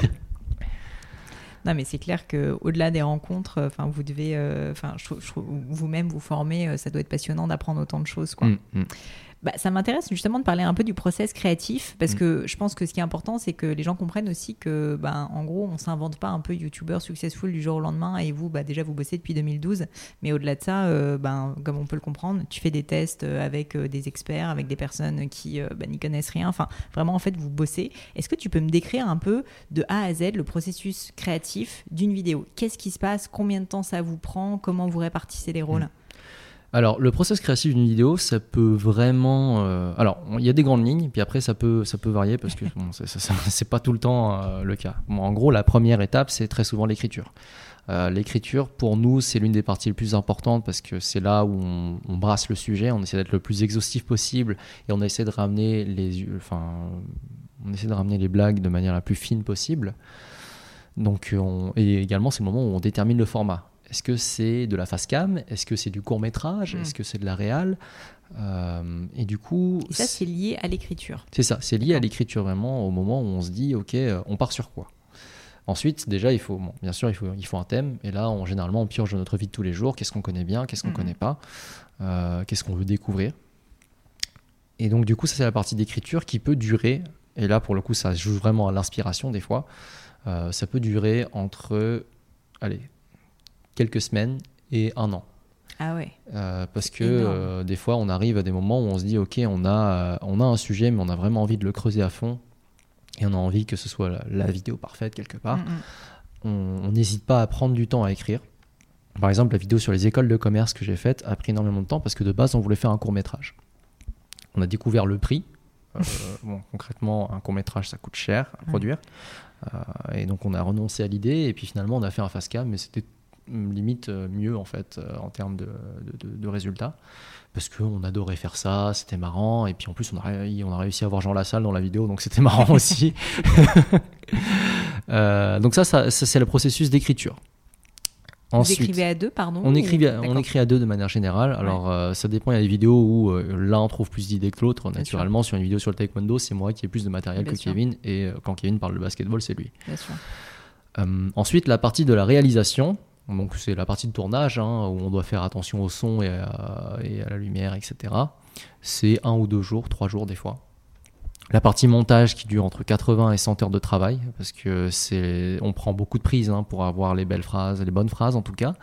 Non, mais c'est clair qu'au-delà des rencontres, enfin, vous devez... Enfin, je trouve, je trouve, vous-même, vous former, ça doit être passionnant d'apprendre autant de choses, quoi. Mmh, mmh. Bah, ça m'intéresse justement de parler un peu du process créatif parce mmh. que je pense que ce qui est important, c'est que les gens comprennent aussi que, bah, en gros, on s'invente pas un peu youtubeur successful du jour au lendemain et vous, bah, déjà, vous bossez depuis deux mille douze. Mais au-delà de ça, euh, bah, comme on peut le comprendre, tu fais des tests avec euh, des experts, avec des personnes qui euh, bah, n'y connaissent rien. Enfin, vraiment, en fait, vous bossez. Est-ce que tu peux me décrire un peu de A à Z le processus créatif d'une vidéo ? Qu'est-ce qui se passe ? Combien de temps ça vous prend ? Comment vous répartissez les rôles ? mmh. Alors, le process créatif d'une vidéo, ça peut vraiment... Euh, alors, il y a des grandes lignes, puis après, ça peut, ça peut varier parce que bon, c'est, c'est, c'est pas tout le temps euh, le cas. Bon, en gros, la première étape, c'est très souvent l'écriture. Euh, l'écriture, pour nous, c'est l'une des parties les plus importantes parce que c'est là où on, on brasse le sujet, on essaie d'être le plus exhaustif possible et on essaie de ramener les, enfin, on essaie de ramener les blagues de manière la plus fine possible. Donc, on, et également, c'est le moment où on détermine le format. Est-ce que c'est de la face cam? Est-ce que c'est du court-métrage? Mm. Est-ce que c'est de la réal? euh, Et du coup... Et ça, c'est lié à l'écriture. C'est ça, c'est lié à l'écriture vraiment, au moment où on se dit, ok, euh, on part sur quoi? Ensuite, déjà, il faut, bon, bien sûr, il faut, il faut un thème. Et là, on, généralement, on pioche dans notre vie de tous les jours. Qu'est-ce qu'on connaît bien? Qu'est-ce qu'on ne Mm-hmm. connaît pas? euh, Qu'est-ce qu'on veut découvrir? Et donc, du coup, ça, c'est la partie d'écriture qui peut durer. Et là, pour le coup, ça joue vraiment à l'inspiration des fois. Euh, ça peut durer entre, allez, quelques semaines et un an. Ah ouais. Euh, parce C'est que énorme. euh, des fois, on arrive à des moments où on se dit, ok, on a, euh, on a un sujet, mais on a vraiment envie de le creuser à fond. Et on a envie que ce soit la, la vidéo parfaite quelque part. Mm-hmm. On n'hésite pas à prendre du temps à écrire. Par exemple, la vidéo sur les écoles de commerce que j'ai faite a pris énormément de temps parce que de base, on voulait faire un court-métrage. On a découvert le prix. Euh, bon, concrètement, un court-métrage, ça coûte cher à produire. Euh, et donc, on a renoncé à l'idée. Et puis finalement, on a fait un face-cam, mais c'était limite mieux en fait euh, en termes de, de, de, de résultats. Parce qu'on adorait faire ça, c'était marrant. Et puis en plus, on a, on a réussi à voir Jean Lassalle dans la vidéo, donc c'était marrant aussi. euh, donc ça, ça, ça, c'est le processus d'écriture. Vous Ensuite, écrivez à deux, pardon? on, ou... écrit, on écrit à deux de manière générale. Alors, ouais. euh, ça dépend. Il y a des vidéos où euh, l'un trouve plus d'idées que l'autre. Bien naturellement, sûr. Sur une vidéo sur le taekwondo, c'est moi qui ai plus de matériel Bien que sûr. Kevin. Et euh, quand Kevin parle de basketball, c'est lui. Bien sûr. Euh, ensuite, la partie de la réalisation. Donc, c'est la partie de tournage hein, où on doit faire attention au son et à, et à la lumière, et cetera. C'est un ou deux jours, trois jours des fois. La partie montage qui dure entre quatre-vingts et cent heures de travail, parce que c'est, on prend beaucoup de prises hein, pour avoir les belles phrases, les bonnes phrases en tout cas.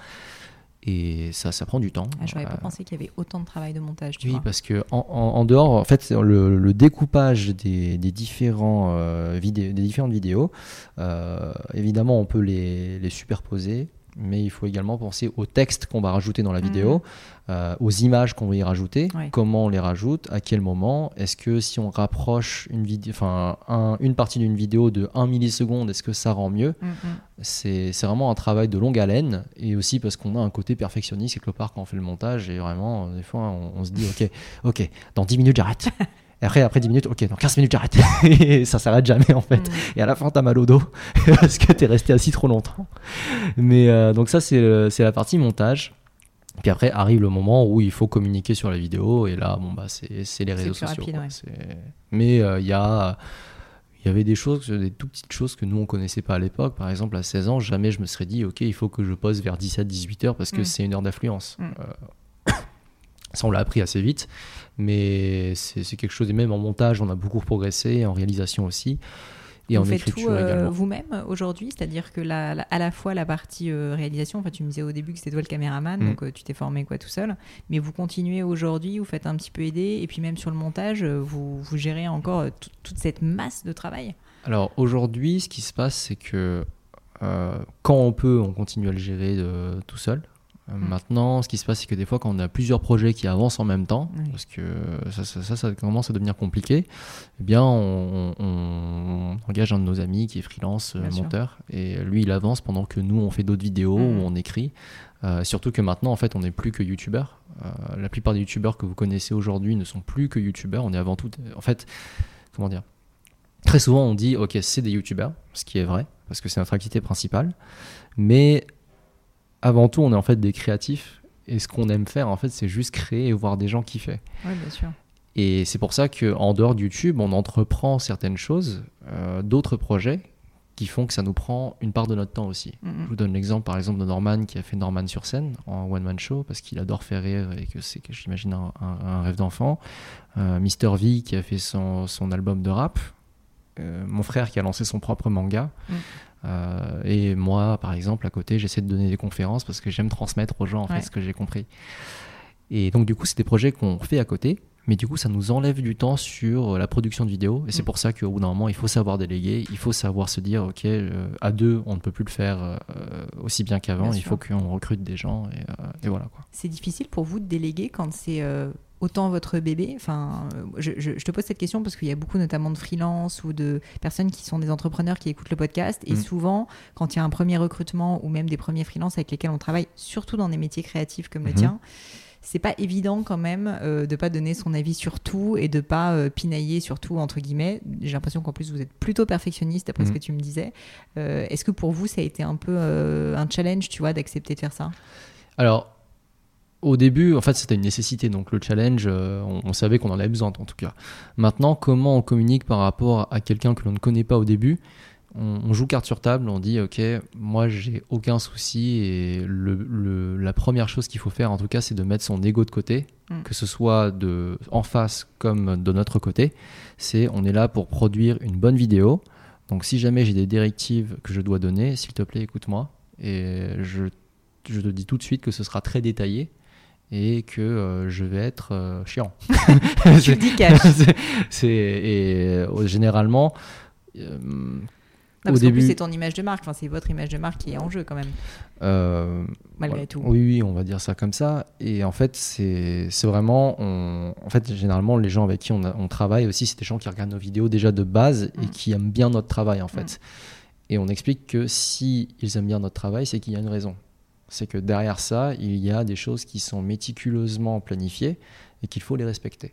Et ça, ça prend du temps. Ah, je n'avais euh... pas pensé qu'il y avait autant de travail de montage. Tu oui, vois. parce que en, en, en dehors, en fait, le, le découpage des, des, différents, euh, vidéos, des différentes vidéos, euh, évidemment, on peut les, les superposer. Mais il faut également penser aux textes qu'on va rajouter dans la vidéo, mmh. euh, aux images qu'on va y rajouter, ouais. Comment on les rajoute, à quel moment. Est-ce que si on rapproche une, vidéo, enfin, un, une partie d'une vidéo de un milliseconde, est-ce que ça rend mieux? mmh. c'est, c'est vraiment un travail de longue haleine, et aussi parce qu'on a un côté perfectionniste quelque part quand on fait le montage, et vraiment, des fois, on, on se dit, ok, ok, dans dix minutes, j'arrête. Et après, après dix minutes, ok, dans quinze minutes, j'arrête. Et ça s'arrête jamais, en fait. Mmh. Et à la fin, t'as mal au dos parce que t'es resté assis trop longtemps. Mais euh, donc ça, c'est, le, c'est la partie montage. Puis après, arrive le moment où il faut communiquer sur la vidéo. Et là, bon, bah, c'est, c'est les réseaux c'est sociaux. Rapide, ouais. c'est... Mais il euh, y a... Il y avait des choses, des tout petites choses que nous, on ne connaissait pas à l'époque. Par exemple, à seize ans, jamais je me serais dit, ok, il faut que je pose vers dix-sept à dix-huit heures parce que mmh. c'est une heure d'affluence. Mmh. Euh, Ça, on l'a appris assez vite, mais c'est, c'est quelque chose, et même en montage, on a beaucoup progressé, en réalisation aussi, et vous en faites écriture tout, euh, également. Vous-même aujourd'hui, c'est-à-dire que la, la, à la fois la partie euh, réalisation, enfin, tu me disais au début que c'était toi le caméraman, mmh. donc euh, tu t'es formé quoi tout seul, mais vous continuez aujourd'hui, vous faites un petit peu aider, et puis même sur le montage, vous, vous gérez encore euh, t- toute cette masse de travail. Alors aujourd'hui, ce qui se passe, c'est que euh, quand on peut, on continue à le gérer de, tout seul. Mmh. Maintenant, ce qui se passe, c'est que des fois, quand on a plusieurs projets qui avancent en même temps, oui. parce que ça, ça, ça, ça commence à devenir compliqué, eh bien, on, on, on engage un de nos amis qui est freelance Bien monteur, sûr. Et lui, il avance pendant que nous, on fait d'autres vidéos, mmh. où on écrit. Euh, surtout que maintenant, en fait, on n'est plus que youtubeurs. Euh, la plupart des youtubeurs que vous connaissez aujourd'hui ne sont plus que youtubeurs. On est avant tout... En fait, comment dire ? Très souvent, on dit, ok, c'est des youtubeurs, ce qui est vrai, parce que c'est notre activité principale, mais... Avant tout, on est en fait des créatifs, et ce qu'on aime faire, en fait, c'est juste créer et voir des gens kiffer. Oui, bien sûr. Et c'est pour ça qu'en dehors de YouTube, on entreprend certaines choses, euh, d'autres projets, qui font que ça nous prend une part de notre temps aussi. Mm-hmm. Je vous donne l'exemple, par exemple, de Norman, qui a fait Norman sur scène, en one-man show, parce qu'il adore faire rire, et que c'est, que j'imagine, un, un, un rêve d'enfant. Euh, Mister V, qui a fait son, son album de rap. Euh, mon frère, qui a lancé son propre manga. Mm. Euh, et moi, par exemple, à côté, j'essaie de donner des conférences parce que j'aime transmettre aux gens en ouais. fait ce que j'ai compris. Et donc, du coup, c'est des projets qu'on fait à côté, mais du coup, ça nous enlève du temps sur la production de vidéos. Et mmh. c'est pour ça qu'au bout d'un moment, il faut savoir déléguer, il faut savoir se dire, ok, euh, à deux, on ne peut plus le faire euh, aussi bien qu'avant. Bien il sûr. Faut qu'on recrute des gens et, euh, et voilà quoi. C'est difficile pour vous de déléguer quand c'est euh... autant votre bébé, enfin, je, je, je te pose cette question parce qu'il y a beaucoup notamment de freelance ou de personnes qui sont des entrepreneurs qui écoutent le podcast et mmh. souvent quand il y a un premier recrutement ou même des premiers freelances avec lesquels on travaille, surtout dans des métiers créatifs comme mmh. le tien, c'est pas évident quand même euh, de pas donner son avis sur tout et de pas euh, pinailler sur tout entre guillemets. J'ai l'impression qu'en plus vous êtes plutôt perfectionniste d'après mmh. ce que tu me disais. Euh, est-ce que pour vous ça a été un peu euh, un challenge, tu vois, d'accepter de faire ça? Alors au début, en fait, c'était une nécessité. Donc, le challenge, euh, on, on savait qu'on en avait besoin, en tout cas. Maintenant, comment on communique par rapport à quelqu'un que l'on ne connaît pas au début? on, on joue carte sur table, on dit, OK, moi, j'ai aucun souci. Et le, le, la première chose qu'il faut faire, en tout cas, c'est de mettre son ego de côté, mm. que ce soit de, en face comme de notre côté. C'est, on est là pour produire une bonne vidéo. Donc, si jamais j'ai des directives que je dois donner, s'il te plaît, écoute-moi. Et je, je te dis tout de suite que ce sera très détaillé. Et que euh, je vais être euh, chiant. Tu le dis cash. c'est, c'est, et euh, généralement, euh, non, au parce début, qu'en plus, c'est ton image de marque. Enfin, c'est votre image de marque qui est en jeu quand même. Euh, Malgré ouais, tout. Oui, oui, on va dire ça comme ça. Et en fait, c'est, c'est vraiment, on, en fait, généralement, les gens avec qui on, a, on travaille aussi, c'est des gens qui regardent nos vidéos déjà de base mm. et qui aiment bien notre travail, en fait. Mm. Et on explique que si ils aiment bien notre travail, c'est qu'il y a une raison. C'est que derrière ça, il y a des choses qui sont méticuleusement planifiées et qu'il faut les respecter.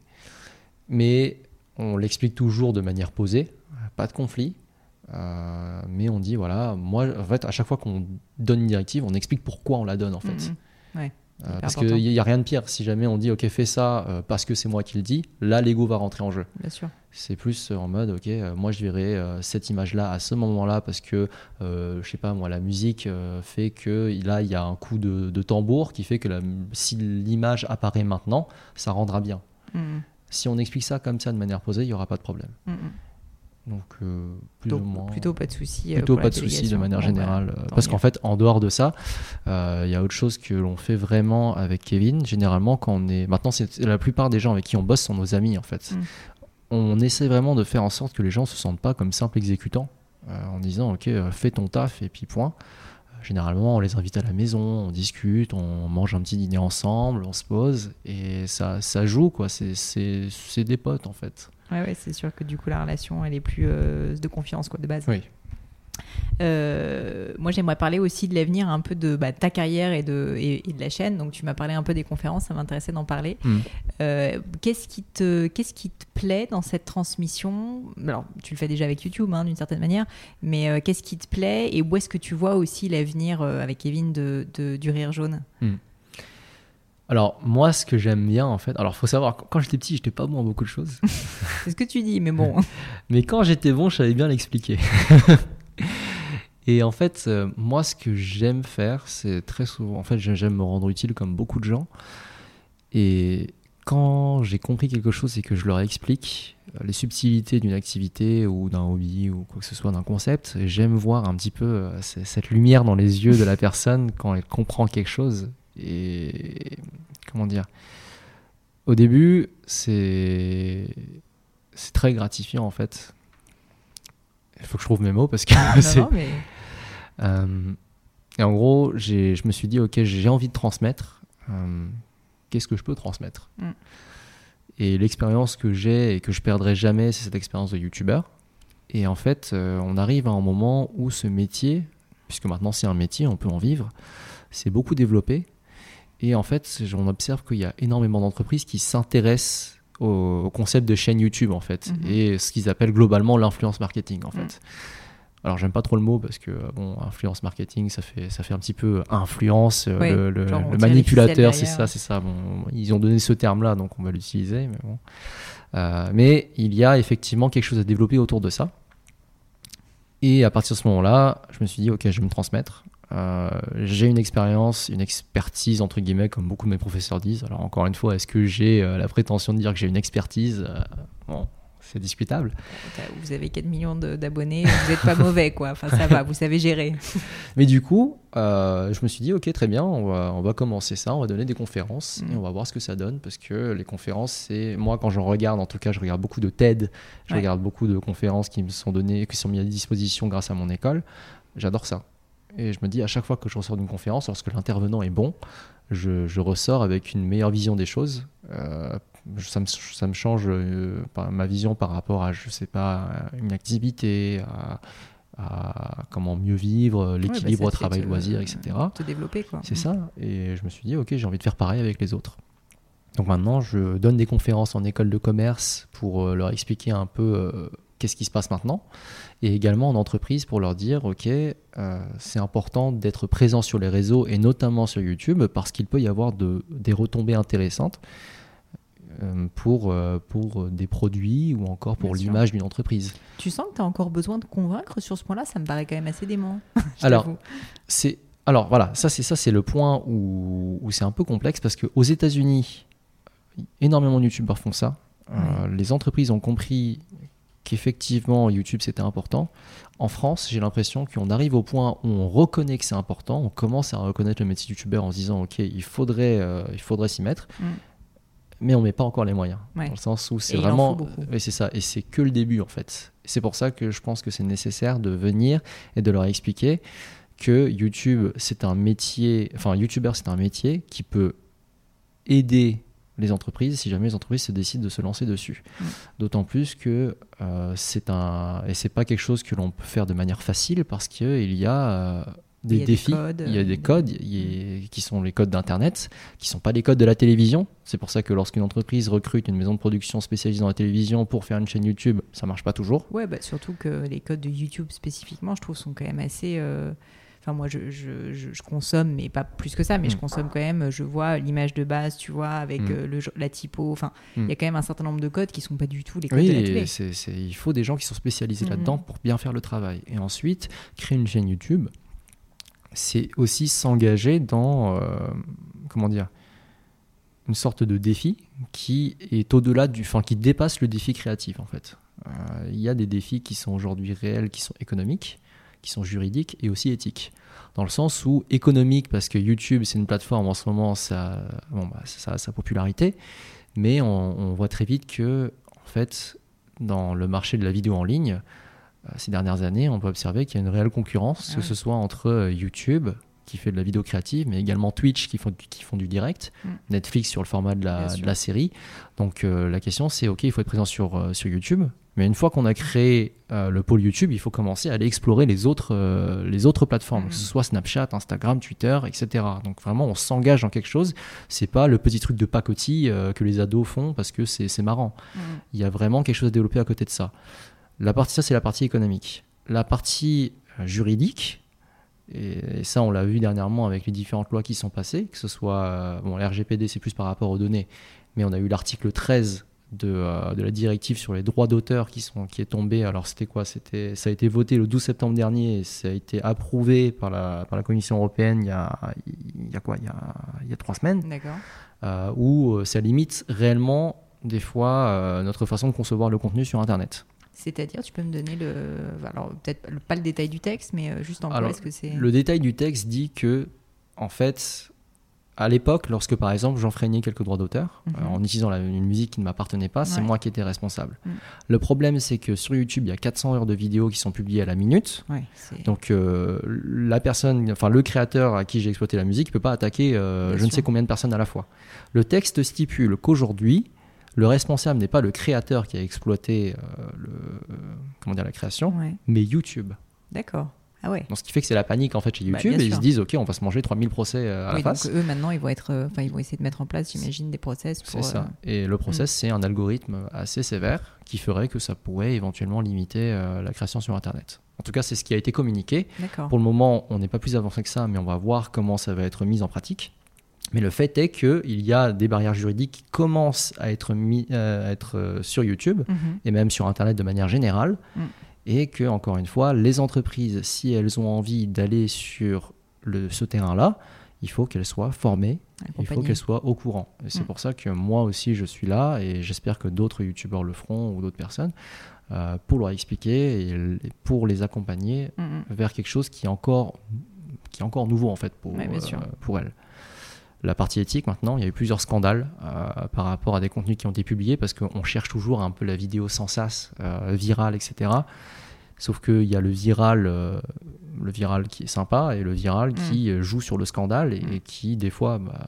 Mais on l'explique toujours de manière posée, pas de conflit, euh, mais on dit, voilà, moi, en fait, à chaque fois qu'on donne une directive, on explique pourquoi on la donne, en fait. Mmh, ouais. Euh, parce qu'il n'y a rien de pire. Si jamais on dit, OK, fais ça euh, parce que c'est moi qui le dis, là, l'ego va rentrer en jeu. Bien sûr. C'est plus en mode, OK, euh, moi, je verrai euh, cette image-là à ce moment-là parce que, euh, je sais pas, moi, la musique euh, fait que là, il y a un coup de, de tambour qui fait que la, si l'image apparaît maintenant, ça rendra bien. Mmh. Si on explique ça comme ça de manière posée, il n'y aura pas de problème. Mmh. Donc, euh, plus Donc, ou moins. Plutôt pas de soucis. Plutôt pas de soucis de manière générale. Bon, bah, parce qu'en fait, en dehors de ça, il euh, y a autre chose que l'on fait vraiment avec Kevin. Généralement, quand on est. Maintenant, c'est la plupart des gens avec qui on bosse sont nos amis, en fait. Mm. On essaie vraiment de faire en sorte que les gens ne se sentent pas comme simples exécutants, euh, en disant, OK, fais ton taf et puis point. Généralement, on les invite à la maison, on discute, on mange un petit dîner ensemble, on se pose et ça, ça joue, quoi. C'est, c'est, c'est des potes, en fait. Ouais, ouais, c'est sûr que du coup, la relation, elle est plus euh, de confiance, quoi, de base. Oui. Euh, moi, j'aimerais parler aussi de l'avenir, un peu de bah, ta carrière et de, et, et de la chaîne. Donc, tu m'as parlé un peu des conférences, ça m'intéressait d'en parler. Mm. Euh, qu'est-ce qui te, qu'est-ce qui te plaît dans cette transmission? Alors, tu le fais déjà avec YouTube, hein, d'une certaine manière, mais euh, qu'est-ce qui te plaît et où est-ce que tu vois aussi l'avenir euh, avec Kevin de, de, du Rire Jaune? mm. Alors, moi, ce que j'aime bien, en fait... Alors, il faut savoir, quand j'étais petit, j'étais pas bon en beaucoup de choses. C'est ce que tu dis, mais bon. Mais quand j'étais bon, je savais bien l'expliquer. Et en fait, euh, moi, ce que j'aime faire, c'est très souvent... En fait, j'aime me rendre utile comme beaucoup de gens. Et quand j'ai compris quelque chose et que je leur explique les subtilités d'une activité ou d'un hobby ou quoi que ce soit, d'un concept, j'aime voir un petit peu euh, cette lumière dans les yeux de la personne quand elle comprend quelque chose. Et comment dire, au début c'est c'est très gratifiant en fait. Il faut que je trouve mes mots parce que ah, c'est non, mais... euh, et en gros j'ai, je me suis dit ok, j'ai envie de transmettre, euh, qu'est-ce que je peux transmettre? mm. Et l'expérience que j'ai et que je perdrai jamais, c'est cette expérience de youtubeur. Et en fait euh, on arrive à un moment où ce métier, puisque maintenant c'est un métier, on peut en vivre, c'est beaucoup développé. Et en fait, on observe qu'il y a énormément d'entreprises qui s'intéressent au, au concept de chaîne YouTube, en fait, mmh. et ce qu'ils appellent globalement l'influence marketing, en fait. Mmh. Alors, j'aime pas trop le mot parce que, bon, influence marketing, ça fait, ça fait un petit peu influence, oui, le, le, le manipulateur, c'est ça, c'est ça. Bon, ils ont donné ce terme-là, donc on va l'utiliser. Mais, bon. euh, mais il y a effectivement quelque chose à développer autour de ça. Et à partir de ce moment-là, je me suis dit, ok, je vais me transmettre. Euh, j'ai une expérience, une expertise entre guillemets, comme beaucoup de mes professeurs disent. Alors encore une fois, est-ce que j'ai euh, la prétention de dire que j'ai une expertise? euh, Bon, c'est discutable. Vous avez quatre millions de, d'abonnés, vous n'êtes pas mauvais, quoi. Enfin, ça va, vous savez gérer. Mais du coup, euh, je me suis dit, ok, très bien, on va, on va commencer ça, on va donner des conférences mmh. et on va voir ce que ça donne, parce que les conférences, c'est moi quand j'en regarde, en tout cas, je regarde beaucoup de TED, je ouais. regarde beaucoup de conférences qui me sont données, qui sont mises à disposition grâce à mon école. J'adore ça. Et je me dis, à chaque fois que je ressors d'une conférence, lorsque l'intervenant est bon, je, je ressors avec une meilleure vision des choses. Euh, ça, me, ça me change euh, ma vision par rapport à, je sais pas, une activité, à, à comment mieux vivre, l'équilibre ouais, bah travail-loisir, et cetera. Te développer, quoi. C'est mmh. ça. Et je me suis dit, ok, j'ai envie de faire pareil avec les autres. Donc maintenant, je donne des conférences en école de commerce pour euh, leur expliquer un peu euh, qu'est-ce qui se passe maintenant, et également en entreprise pour leur dire, ok, euh, c'est important d'être présent sur les réseaux et notamment sur YouTube parce qu'il peut y avoir de, des retombées intéressantes euh, pour, euh, pour des produits ou encore pour Bien l'image sûr. d'une entreprise. Tu sens que tu as encore besoin de convaincre sur ce point-là? Ça me paraît quand même assez dément. Je Alors, t'avoue. c'est, alors voilà, ça c'est, ça c'est le point où, où c'est un peu complexe parce qu'aux États-Unis, énormément de youtubeurs font ça. Euh, Ouais. les entreprises ont compris qu'effectivement YouTube c'était important. En France, j'ai l'impression qu'on arrive au point où on reconnaît que c'est important, on commence à reconnaître le métier de youtubeur en se disant ok, il faudrait, euh, il faudrait s'y mettre, Mm. mais on met pas encore les moyens. Ouais. Dans le sens où c'est Et il en vraiment, faut beaucoup. oui, c'est ça, et c'est que le début en fait. C'est pour ça que je pense que c'est nécessaire de venir et de leur expliquer que YouTube c'est un métier, enfin youtubeur c'est un métier qui peut aider les entreprises si jamais les entreprises se décident de se lancer dessus. Mm. D'autant plus que euh, c'est un et c'est pas quelque chose que l'on peut faire de manière facile parce qu'il y a euh, des Il y a des défis, codes, il y a des euh, codes il y a- qui sont les codes d'internet, qui sont pas les codes de la télévision. C'est pour ça que lorsqu'une entreprise recrute une maison de production spécialisée dans la télévision pour faire une chaîne YouTube, ça marche pas toujours. Ouais, bah, surtout que les codes de YouTube spécifiquement, je trouve, sont quand même assez. euh, Enfin, moi, je, je, je, je consomme, mais pas plus que ça, mais Mm. je consomme quand même. Je vois l'image de base, tu vois, avec Mm. euh, le, la typo. Enfin, il Mm. y a quand même un certain nombre de codes qui sont pas du tout les codes de la Oui, télé. c'est, c'est, il faut des gens qui sont spécialisés Mhm. là-dedans pour bien faire le travail. Et ensuite, créer une chaîne YouTube, c'est aussi s'engager dans, euh, comment dire, une sorte de défi qui est au-delà du, enfin, qui dépasse le défi créatif en fait. Euh, Il y a des défis qui sont aujourd'hui réels, qui sont économiques, qui sont juridiques et aussi éthiques. Dans le sens où économique, parce que YouTube c'est une plateforme en ce moment, ça, bon, bah, ça a sa popularité, mais on, on voit très vite que en fait, dans le marché de la vidéo en ligne, euh, ces dernières années, on peut observer qu'il y a une réelle concurrence, Ah que oui. ce soit entre euh, YouTube, qui fait de la vidéo créative, mais également Twitch, qui font, du- qui font du direct, Mm. Netflix sur le format de Bien la, sûr. de la série. Donc euh, la question, c'est OK, il faut être présent sur, euh, sur YouTube, mais une fois qu'on a créé euh, le pôle YouTube, il faut commencer à aller explorer les autres, euh, les autres plateformes, Mm. que ce soit Snapchat, Instagram, Twitter, et cetera. Donc vraiment, on s'engage dans quelque chose. C'est pas le petit truc de pacotille euh, que les ados font parce que c'est c'est marrant. Mm. Il y a vraiment quelque chose à développer à côté de ça. La partie, ça, c'est la partie économique. La partie euh, juridique, et, et ça, on l'a vu dernièrement avec les différentes lois qui sont passées, que ce soit, euh, bon, la R G P D, c'est plus par rapport aux données, mais on a eu l'article treize de, euh, de la directive sur les droits d'auteur qui, sont, qui est tombé. Alors, c'était quoi c'était, ça a été voté le douze septembre dernier, et ça a été approuvé par la, par la Commission européenne il y a, il y a quoi il y a, il y a trois semaines, D'accord. euh, où euh, ça limite réellement, des fois, euh, notre façon de concevoir le contenu sur Internet. C'est-à-dire, tu peux me donner le. Alors, peut-être pas le détail du texte, mais euh, juste en quoi Alors, est-ce que c'est. Le détail du texte dit que, en fait, à l'époque, lorsque par exemple j'enfreignais quelques droits d'auteur, Mhm. euh, en utilisant la- une musique qui ne m'appartenait pas, c'est Ouais. moi qui étais responsable. Mm. Le problème, c'est que sur YouTube, il y a quatre cents heures de vidéos qui sont publiées à la minute. Ouais, c'est. Donc, euh, la personne, enfin le créateur à qui j'ai exploité la musique, ne peut pas attaquer euh, Bien je ne sûr. sais combien de personnes à la fois. Le texte stipule qu'aujourd'hui, le responsable n'est pas le créateur qui a exploité euh, le, euh, comment dire, la création, Ouais, mais YouTube. d'accord. Ah ouais. Donc, ce qui fait que c'est la panique en fait chez Bah, YouTube, bien et ils sûr. se disent ok, on va se manger trois mille procès euh, à Oui, la donc face. eux maintenant ils vont être, euh, enfin ils vont essayer de mettre en place, j'imagine, des process C'est pour. ça. euh, Et le process, c'est un algorithme assez sévère qui ferait que ça pourrait éventuellement limiter euh, la création sur Internet. En tout cas, c'est ce qui a été communiqué. D'accord. Pour le moment, on n'est pas plus avancé que ça, mais on va voir comment ça va être mis en pratique. Mais le fait est qu'il y a des barrières juridiques qui commencent à être, mis, euh, à être euh, sur YouTube Mhm. et même sur Internet de manière générale. Mm. Et que, encore une fois, les entreprises, si elles ont envie d'aller sur le, ce terrain-là, il faut qu'elles soient formées, il faut Accompagner. qu'elles soient au courant. Et c'est Mm. pour ça que moi aussi, je suis là et j'espère que d'autres youtubeurs le feront ou d'autres personnes euh, pour leur expliquer et, et pour les accompagner Mhm. vers quelque chose qui est encore, qui est encore nouveau en fait pour, Ouais, bien sûr. euh, pour elles. La partie éthique, maintenant, il y a eu plusieurs scandales euh, par rapport à des contenus qui ont été publiés parce qu'on cherche toujours un peu la vidéo sans sas, euh, virale, et cetera. Sauf qu'il y a le viral, euh, le viral qui est sympa et le viral Mm. qui euh, joue sur le scandale et, Mm. et qui, des fois, bah,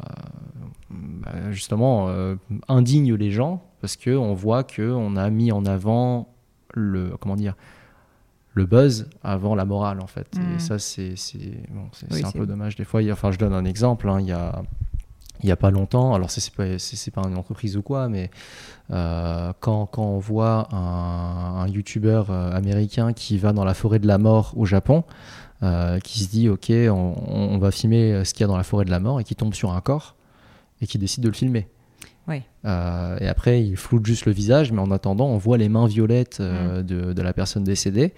bah, justement, euh, indigne les gens parce qu'on voit qu'on a mis en avant le, comment dire, le buzz avant la morale, en fait. Mm. Et ça, c'est, c'est, bon, c'est, Oui, c'est un c'est- peu dommage. Des fois, il y a- enfin, je donne un exemple. hein, il y a il n'y a pas longtemps, alors c'est, c'est, pas, c'est, c'est pas une entreprise ou quoi, mais euh, quand, quand on voit un, un youtubeur euh, américain qui va dans la forêt de la mort au Japon, euh, qui se dit ok, on, on va filmer ce qu'il y a dans la forêt de la mort et qui tombe sur un corps et qui décide de le filmer. Ouais. Euh, et après, il floute juste le visage, mais en attendant, on voit les mains violettes euh, mmh. de, de la personne décédée.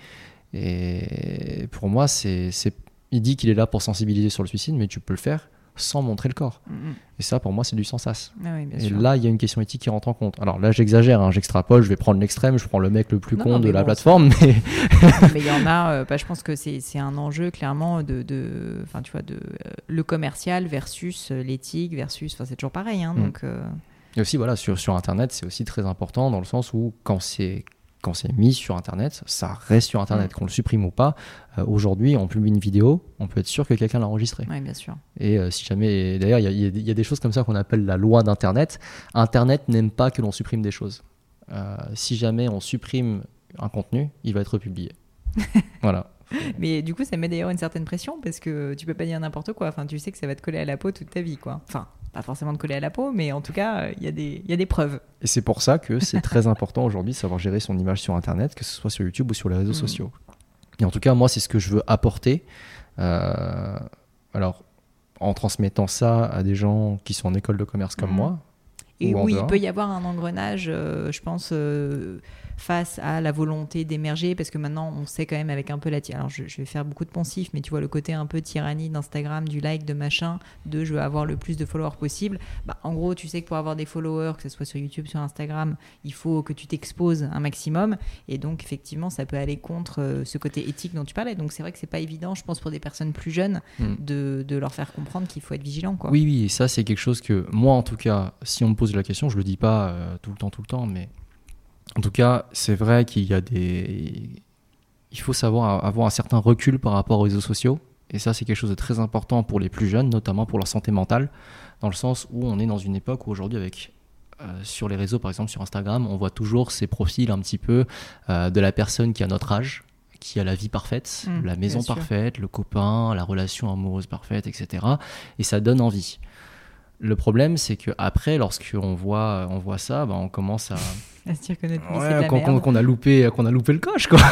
Et pour moi, c'est, c'est... il dit qu'il est là pour sensibiliser sur le suicide, mais tu peux le faire sans montrer le corps. Mmh. Et ça, pour moi, c'est du sans-sas. Ah oui, bien et sûr. là, il y a une question éthique qui rentre en compte. Alors là, j'exagère, hein, j'extrapole, je vais prendre l'extrême, je prends le mec le plus non, con non, de la bon, plateforme. Mais mais il y en a, euh, bah, je pense que c'est, c'est un enjeu clairement de, de, enfin, tu vois, de, euh, le commercial versus l'éthique versus, enfin, c'est toujours pareil. Hein, mmh. donc, euh... Et aussi, voilà, sur, sur Internet, c'est aussi très important dans le sens où quand c'est quand c'est mis sur Internet, ça reste sur Internet, mmh. qu'on le supprime ou pas. Euh, aujourd'hui, on publie une vidéo, on peut être sûr que quelqu'un l'a enregistrée. Oui, bien sûr. Et euh, si jamais... D'ailleurs, il y, y, y a des choses comme ça qu'on appelle la loi d'Internet. Internet n'aime pas que l'on supprime des choses. Euh, si jamais on supprime un contenu, il va être publié. Voilà. Mais du coup, ça met d'ailleurs une certaine pression parce que tu peux pas dire n'importe quoi. Enfin, tu sais que ça va te coller à la peau toute ta vie, quoi. Enfin, pas forcément te coller à la peau, mais en tout cas, il y a des, il y a des preuves. Et c'est pour ça que c'est très important aujourd'hui de savoir gérer son image sur Internet, que ce soit sur YouTube ou sur les réseaux mmh. sociaux. Et en tout cas, moi, c'est ce que je veux apporter. Euh, alors, en transmettant ça à des gens qui sont en école de commerce comme mmh. moi. Et oui, il peut y avoir un engrenage, euh, je pense, euh, face à la volonté d'émerger, parce que maintenant, on sait quand même avec un peu la... Alors, je, je vais faire beaucoup de poncifs, mais tu vois, le côté un peu tyrannie d'Instagram, du like, de machin, de je veux avoir le plus de followers possible. Bah, en gros, tu sais que pour avoir des followers, que ce soit sur YouTube, sur Instagram, il faut que tu t'exposes un maximum. Et donc, effectivement, ça peut aller contre euh, ce côté éthique dont tu parlais. Donc, c'est vrai que c'est pas évident, je pense, pour des personnes plus jeunes, mmh. de, de leur faire comprendre qu'il faut être vigilant, quoi. Oui, oui, et ça, c'est quelque chose que, moi, en tout cas, si on me pose la question, je le dis pas euh, tout le temps, tout le temps, mais en tout cas, c'est vrai qu'il y a des... Il faut savoir avoir un certain recul par rapport aux réseaux sociaux, et ça, c'est quelque chose de très important pour les plus jeunes, notamment pour leur santé mentale, dans le sens où on est dans une époque où aujourd'hui, avec euh, sur les réseaux, par exemple sur Instagram, on voit toujours ces profils un petit peu euh, de la personne qui a notre âge, qui a la vie parfaite, mmh, la maison parfaite, le copain, la relation amoureuse parfaite, et cetera. Et ça donne envie. Le problème, c'est qu'après, lorsqu'on voit, on voit ça, bah, on commence à... à se dire que notre vie, ouais, c'est de la qu'on, merde. Qu'on a loupé, qu'on a loupé le coche, quoi.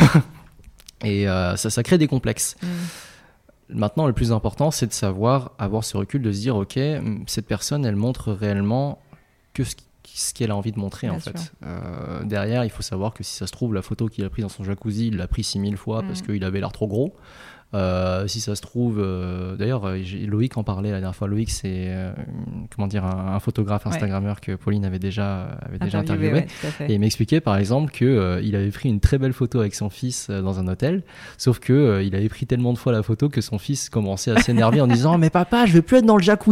Et euh, ça, ça crée des complexes. Mm. Maintenant, le plus important, c'est de savoir avoir ce recul, de se dire, ok, cette personne, elle montre réellement que ce, ce qu'elle a envie de montrer, Bien en sûr. fait. Euh, derrière, il faut savoir que si ça se trouve, la photo qu'il a prise dans son jacuzzi, il l'a prise six mille fois mm. parce qu'il avait l'air trop gros. Euh, si ça se trouve, euh, d'ailleurs, euh, Loïc en parlait la dernière fois. Loïc, c'est euh, comment dire, un, un photographe Instagrammeur ouais. que Pauline avait déjà, avait déjà interviewé. Ouais, et il m'expliquait par exemple qu'il euh, avait pris une très belle photo avec son fils euh, dans un hôtel, sauf qu'il euh, avait pris tellement de fois la photo que son fils commençait à s'énerver en disant « Mais papa, je veux plus être dans le jacuzzi !»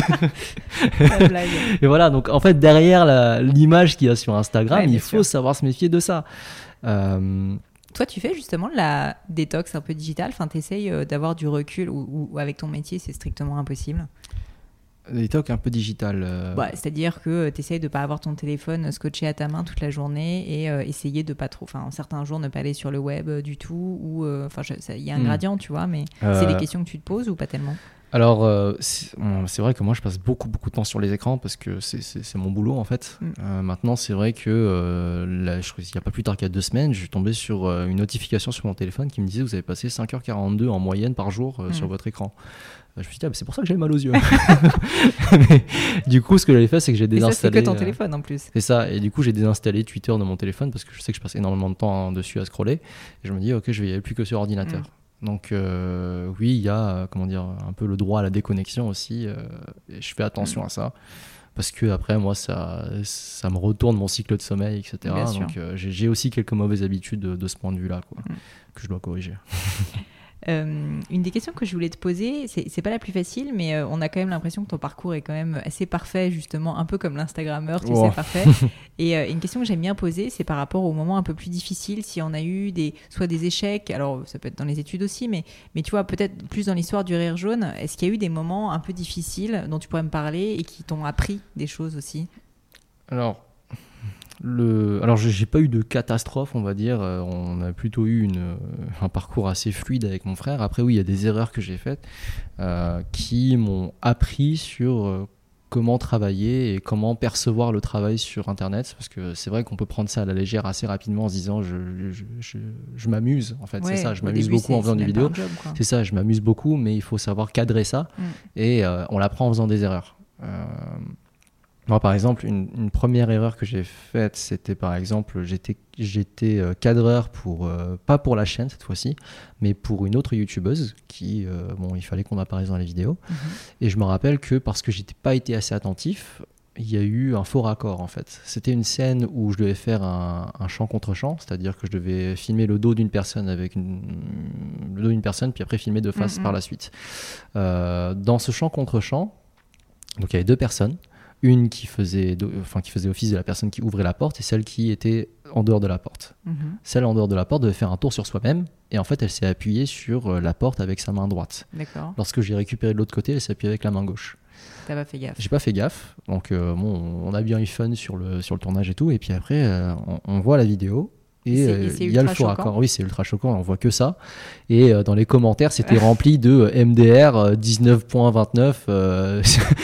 Et voilà, donc en fait, derrière la, l'image qu'il y a sur Instagram, ouais, il faut sûr. savoir se méfier de ça. Euh, Toi, tu fais justement la détox un peu digitale, enfin, tu essayes d'avoir du recul ou, ou avec ton métier, c'est strictement impossible? Détox un peu digital. Euh... Ouais, c'est-à-dire que tu essayes de ne pas avoir ton téléphone scotché à ta main toute la journée et euh, essayer de pas trop, enfin, certains jours ne pas aller sur le web euh, du tout, ou enfin, euh, il y a un mmh. gradient, tu vois, mais euh... c'est des questions que tu te poses ou pas tellement? Alors, euh, c'est, c'est vrai que moi, je passe beaucoup, beaucoup de temps sur les écrans parce que c'est, c'est, c'est mon boulot, en fait. Mm. Euh, maintenant, c'est vrai que, euh, là, je, il n'y a pas plus tard qu'il y a deux semaines, je suis tombé sur euh, une notification sur mon téléphone qui me disait « Vous avez passé cinq heures quarante-deux en moyenne par jour euh, mm. sur votre écran. » Je me suis dit ah, « C'est pour ça que j'avais mal aux yeux. » Mais du coup, ce que j'avais fait, c'est que j'ai désinstallé... Et ça, c'est que ton téléphone, en plus. C'est ça. Et du coup, j'ai désinstallé Twitter de mon téléphone parce que je sais que je passe énormément de temps dessus à scroller. Et je me dis « Ok, je vais y aller plus que sur ordinateur. Mm. » Donc euh, oui, il y a euh, comment dire, un peu le droit à la déconnexion aussi, euh, et je fais attention mmh. à ça, parce que après moi ça, ça me retourne mon cycle de sommeil, et cetera. Donc euh, j'ai, j'ai aussi quelques mauvaises habitudes de, de ce point de vue-là, quoi, mmh. que je dois corriger. Euh, une des questions que je voulais te poser, c'est, c'est pas la plus facile, mais euh, on a quand même l'impression que ton parcours est quand même assez parfait, justement, un peu comme l'Instagrammeur, tu oh. sais, parfait. Et euh, une question que j'aime bien poser, c'est par rapport aux moments un peu plus difficiles, si on a eu des, soit des échecs, alors ça peut être dans les études aussi, mais, mais tu vois, peut-être plus dans l'histoire du Rire Jaune, est-ce qu'il y a eu des moments un peu difficiles dont tu pourrais me parler et qui t'ont appris des choses aussi? Alors... Le... Alors, j'ai pas eu de catastrophe, on va dire. Euh, on a plutôt eu une, un parcours assez fluide avec mon frère. Après, oui, il y a des erreurs que j'ai faites euh, qui m'ont appris sur euh, comment travailler et comment percevoir le travail sur Internet, parce que c'est vrai qu'on peut prendre ça à la légère assez rapidement en se disant je, je, je, je m'amuse en fait, ouais, c'est ça, je au m'amuse début, beaucoup en faisant des vidéos, job, c'est ça, je m'amuse beaucoup, mais il faut savoir cadrer ça mm. et euh, on l'apprend en faisant des erreurs. Euh, moi par exemple, une, une première erreur que j'ai faite, c'était par exemple, j'étais, j'étais euh, cadreur pour, euh, pas pour la chaîne cette fois-ci, mais pour une autre youtubeuse qui, euh, bon, il fallait qu'on apparaisse dans les vidéos. Mm-hmm. Et je me rappelle que parce que j'étais pas été assez attentif, il y a eu un faux raccord en fait. C'était une scène où je devais faire un, un champ contre champ, c'est-à-dire que je devais filmer le dos d'une personne avec une, le dos d'une personne, puis après filmer de face mm-hmm. par la suite. Euh, dans ce champ contre champ, donc il y avait deux personnes. Une qui faisait, enfin, qui faisait office de la personne qui ouvrait la porte et celle qui était en dehors de la porte. Mmh. Celle en dehors de la porte devait faire un tour sur soi-même et en fait elle s'est appuyée sur la porte avec sa main droite. D'accord. Lorsque j'ai récupéré de l'autre côté, elle s'est appuyée avec la main gauche. T'as pas fait gaffe. J'ai pas fait gaffe, donc euh, bon, on a bien eu fun sur le, sur le tournage et tout, et puis après euh, on, on voit la vidéo. Et il y a le faux raccord. Oui, c'est ultra choquant, on voit que ça. Et euh, dans les commentaires, c'était rempli de euh, M D R euh, dix-neuf point vingt-neuf, euh,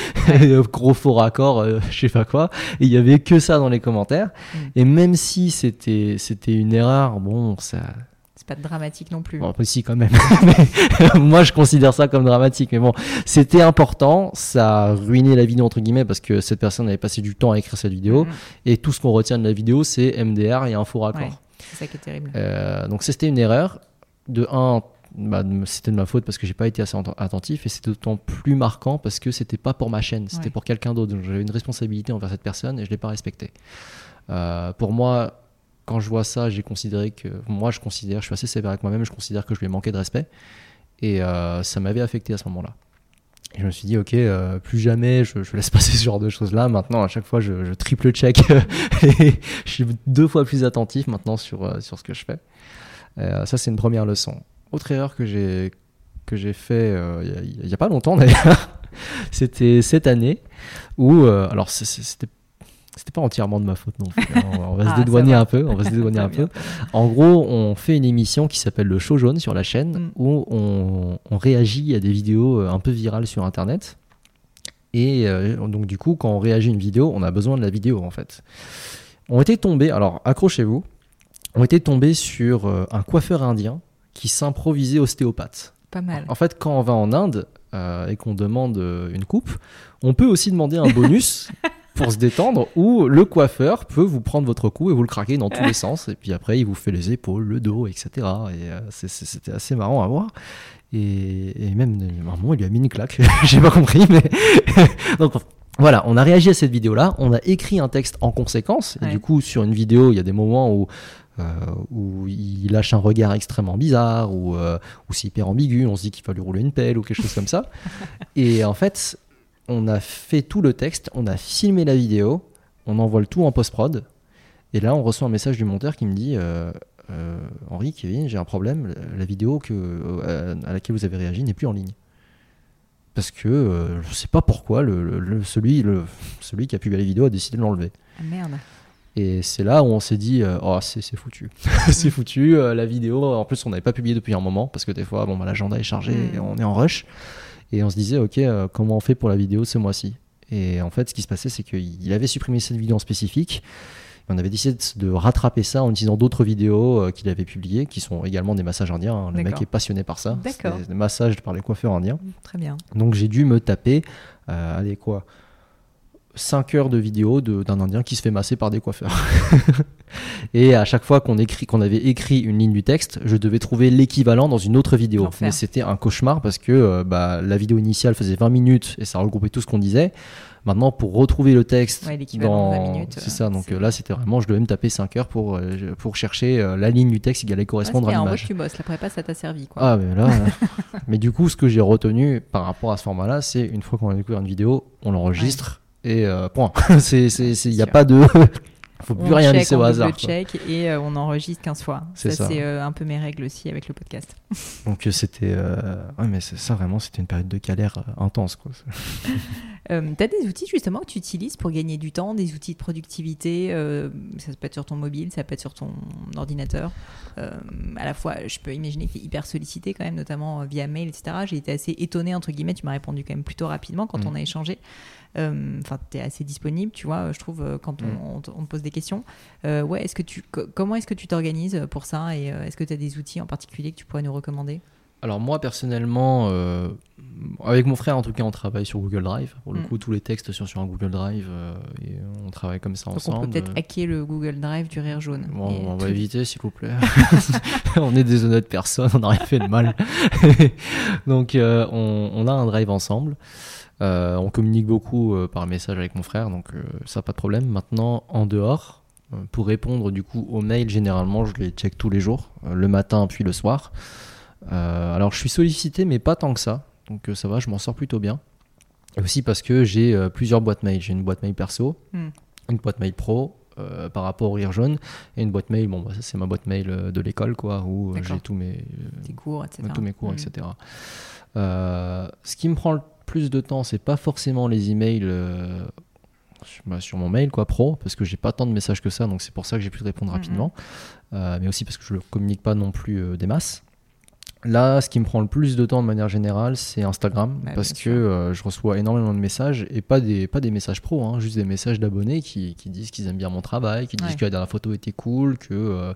gros faux raccord, euh, je sais pas quoi. Et il y avait que ça dans les commentaires. Mm. Et même si c'était, c'était une erreur, bon, ça... C'est pas dramatique non plus. Bon, après, si, quand même. Moi, je considère ça comme dramatique. Mais bon, c'était important. Ça a ruiné la vidéo, entre guillemets, parce que cette personne avait passé du temps à écrire cette vidéo. Mm. Et tout ce qu'on retient de la vidéo, c'est M D R et un faux raccord. Ouais. C'est ça qui est terrible. Euh, donc c'était une erreur. De un, bah, c'était de ma faute parce que j'ai pas été assez attentif et c'était d'autant plus marquant parce que c'était pas pour ma chaîne, c'était ouais. pour quelqu'un d'autre. Donc j'avais une responsabilité envers cette personne et je l'ai pas respectée. Euh, pour moi, quand je vois ça, j'ai considéré que moi je considère, je suis assez sévère avec moi-même, je considère que je lui ai manqué de respect et euh, ça m'avait affecté à ce moment-là. Et je me suis dit, ok, euh, plus jamais je, je laisse passer ce genre de choses-là. Maintenant, à chaque fois, je, je triple check et je suis deux fois plus attentif maintenant sur, euh, sur ce que je fais. Euh, ça, c'est une première leçon. Autre erreur que j'ai, que j'ai fait euh, il n'y a, a pas longtemps d'ailleurs, c'était cette année où, euh, alors c'est, c'était C'était pas entièrement de ma faute non plus. On va ah, se dédouaner un peu. On va se dédouaner un peu. En gros, on fait une émission qui s'appelle Le Show Jaune sur la chaîne mm. où on, on réagit à des vidéos un peu virales sur Internet. Et euh, donc du coup, quand on réagit à une vidéo, on a besoin de la vidéo en fait. On était tombés, alors accrochez-vous, on était tombés sur euh, un coiffeur indien qui s'improvisait ostéopathe. Pas mal. En fait, quand on va en Inde euh, et qu'on demande une coupe, on peut aussi demander un bonus. Pour se détendre, où le coiffeur peut vous prendre votre cou et vous le craquer dans tous les sens, et puis après il vous fait les épaules, le dos, et cetera. Et euh, c'est, c'est, c'était assez marrant à voir. Et, et même à un moment il lui a mis une claque, j'ai pas compris, mais donc voilà, on a réagi à cette vidéo-là, on a écrit un texte en conséquence, et ouais. du coup sur une vidéo il y a des moments où Euh, où il lâche un regard extrêmement bizarre, ou euh, où c'est hyper ambigu, on se dit qu'il va lui rouler une pelle ou quelque chose comme ça. Et en fait, on a fait tout le texte, on a filmé la vidéo, on envoie le tout en post-prod, et là on reçoit un message du monteur qui me dit euh, euh, Henri, Kevin, j'ai un problème, la vidéo que, euh, à laquelle vous avez réagi n'est plus en ligne. Parce que euh, je sais pas pourquoi, le, le, le, celui, le, celui qui a publié la vidéo a décidé de l'enlever. Ah merde. Et c'est là où on s'est dit euh, oh c'est, c'est foutu c'est foutu euh, la vidéo en plus on n'avait pas publié depuis un moment parce que des fois bon bah, l'agenda est chargé mmh. et on est en rush et on se disait ok euh, comment on fait pour la vidéo ce mois-ci. Et en fait ce qui se passait c'est qu'il avait supprimé cette vidéo en spécifique et on avait décidé de rattraper ça en utilisant d'autres vidéos euh, qu'il avait publiées qui sont également des massages indiens, hein. Le D'accord. mec est passionné par ça. D'accord. C'est des massages par les coiffeurs indiens. Très bien. Donc j'ai dû me taper euh, allez quoi cinq heures de vidéo de, d'un Indien qui se fait masser par des coiffeurs. Et à chaque fois qu'on, écrit, qu'on avait écrit une ligne du texte, je devais trouver l'équivalent dans une autre vidéo. L'enfer. Mais c'était un cauchemar parce que euh, bah, la vidéo initiale faisait vingt minutes et ça regroupait tout ce qu'on disait. Maintenant, pour retrouver le texte, ouais, l'équivalent dans... de vingt minutes, c'est ça. Donc c'est... là, c'était vraiment, je devais me taper cinq heures pour, euh, pour chercher euh, la ligne du texte qui allait correspondre ouais, à l'image. En vrai, tu bosses. La prépa, ça t'a servi, quoi. Ah, mais là. euh... mais du coup, ce que j'ai retenu par rapport à ce format-là, c'est une fois qu'on a découvert une vidéo, on l'enregistre. Ouais. Et euh, point. c'est, c'est, c'est, y a pas de. Faut plus on rien check, laisser au hasard. On check et euh, on enregistre quinze fois. C'est ça, ça. C'est euh, un peu mes règles aussi avec le podcast. Donc c'était. Euh... Ouais, mais c'est, ça vraiment, c'était une période de galère euh, intense, quoi. euh, t'as des outils justement que tu utilises pour gagner du temps, des outils de productivité. Euh, ça peut être sur ton mobile, ça peut être sur ton ordinateur. Euh, à la fois, je peux imaginer que t'es hyper sollicité quand même, notamment via mail, et cetera. J'ai été assez étonnée, entre guillemets, tu m'as répondu quand même plutôt rapidement quand mmh. on a échangé. Enfin, euh, tu es assez disponible, tu vois, je trouve, quand on, mmh. on, te, on te pose des questions. Euh, ouais, est-ce que tu, comment est-ce que tu t'organises pour ça et euh, est-ce que tu as des outils en particulier que tu pourrais nous recommander ? Alors moi personnellement, euh, avec mon frère en tout cas, on travaille sur Google Drive. Pour le mmh. coup, tous les textes sont sur un Google Drive euh, et on travaille comme ça Donc ensemble. Donc on peut peut-être hacker le Google Drive du Rire Jaune. Bon, on tout... va éviter s'il vous plaît. On est des honnêtes personnes, on n'a rien fait de mal. Donc euh, on, on a un Drive ensemble. Euh, on communique beaucoup euh, par message avec mon frère, donc euh, ça pas de problème. Maintenant, en dehors, euh, pour répondre du coup aux mails, généralement je les check tous les jours, euh, le matin puis le soir. Euh, alors je suis sollicité mais pas tant que ça, donc euh, ça va, je m'en sors plutôt bien. Et aussi parce que j'ai euh, plusieurs boîtes mail, j'ai une boîte mail perso, mm. une boîte mail pro euh, par rapport au Rire Jaune et une boîte mail, bon bah, ça c'est ma boîte mail euh, de l'école quoi, où euh, j'ai tous mes, euh, cours, et cetera. tous mes cours, mm. et cetera. Euh, ce qui me prend le plus de temps, c'est pas forcément les emails euh, bah, sur mon mail quoi, pro, parce que j'ai pas tant de messages que ça, donc c'est pour ça que j'ai pu te répondre mm-hmm. rapidement, euh, mais aussi parce que je ne communique pas non plus euh, des masses. Là, ce qui me prend le plus de temps de manière générale, c'est Instagram, ouais, parce que euh, je reçois énormément de messages, et pas des, pas des messages pro, hein, juste des messages d'abonnés qui, qui disent qu'ils aiment bien mon travail, qui disent ouais. que la dernière photo était cool, que, euh,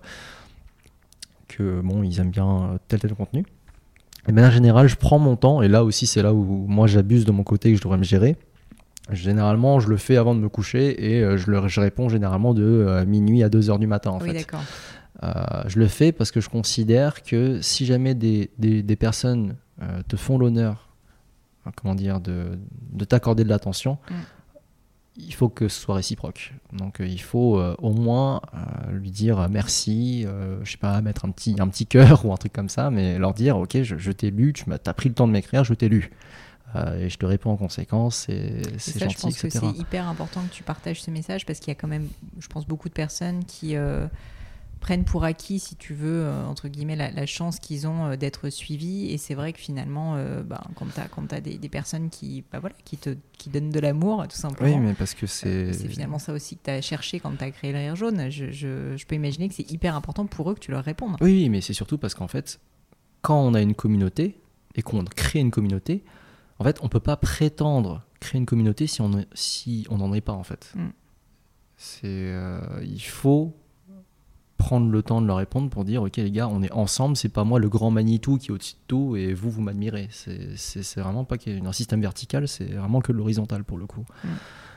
que bon, ils aiment bien tel tel contenu. Et de manière générale, je prends mon temps, et là aussi, c'est là où moi j'abuse de mon côté et que je devrais me gérer. Généralement, je le fais avant de me coucher, et euh, je, le, je réponds généralement de euh, minuit à deux heures du matin, en oui, fait. D'accord. Euh, je le fais parce que je considère que si jamais des, des, des personnes euh, te font l'honneur, hein, comment dire, de, de t'accorder de l'attention, mm. il faut que ce soit réciproque. Donc euh, il faut euh, au moins euh, lui dire merci, euh, je sais pas, mettre un petit, un petit cœur ou un truc comme ça, mais leur dire ok, je, je t'ai lu, tu m'as, t'as pris le temps de m'écrire, je t'ai lu. Euh, et je te réponds en conséquence, et c'est ça, gentil, je pense et cetera. Que c'est hyper important que tu partages ce message parce qu'il y a quand même, je pense, beaucoup de personnes qui euh, prennent pour acquis, si tu veux, euh, entre guillemets, la, la chance qu'ils ont euh, d'être suivis. Et c'est vrai que finalement, euh, bah, quand tu as quand t'as des, des personnes qui, bah, voilà, qui te qui donnent de l'amour, tout simplement. Oui, mais parce que c'est... Euh, c'est finalement ça aussi que tu as cherché quand tu as créé le Rire Jaune. Je, je, je peux imaginer que c'est hyper important pour eux que tu leur répondes. Oui, mais c'est surtout parce qu'en fait, quand on a une communauté et qu'on crée une communauté, en fait, on peut pas prétendre créer une communauté si on si on n'en est pas, en fait. Mm. C'est, euh, il faut prendre le temps de leur répondre pour dire ok les gars, on est ensemble, c'est pas moi le grand Manitou qui est au-dessus de tout et vous vous m'admirez. C'est, c'est, c'est vraiment pas qu'il y ait un système vertical, c'est vraiment que l'horizontal pour le coup. Mm.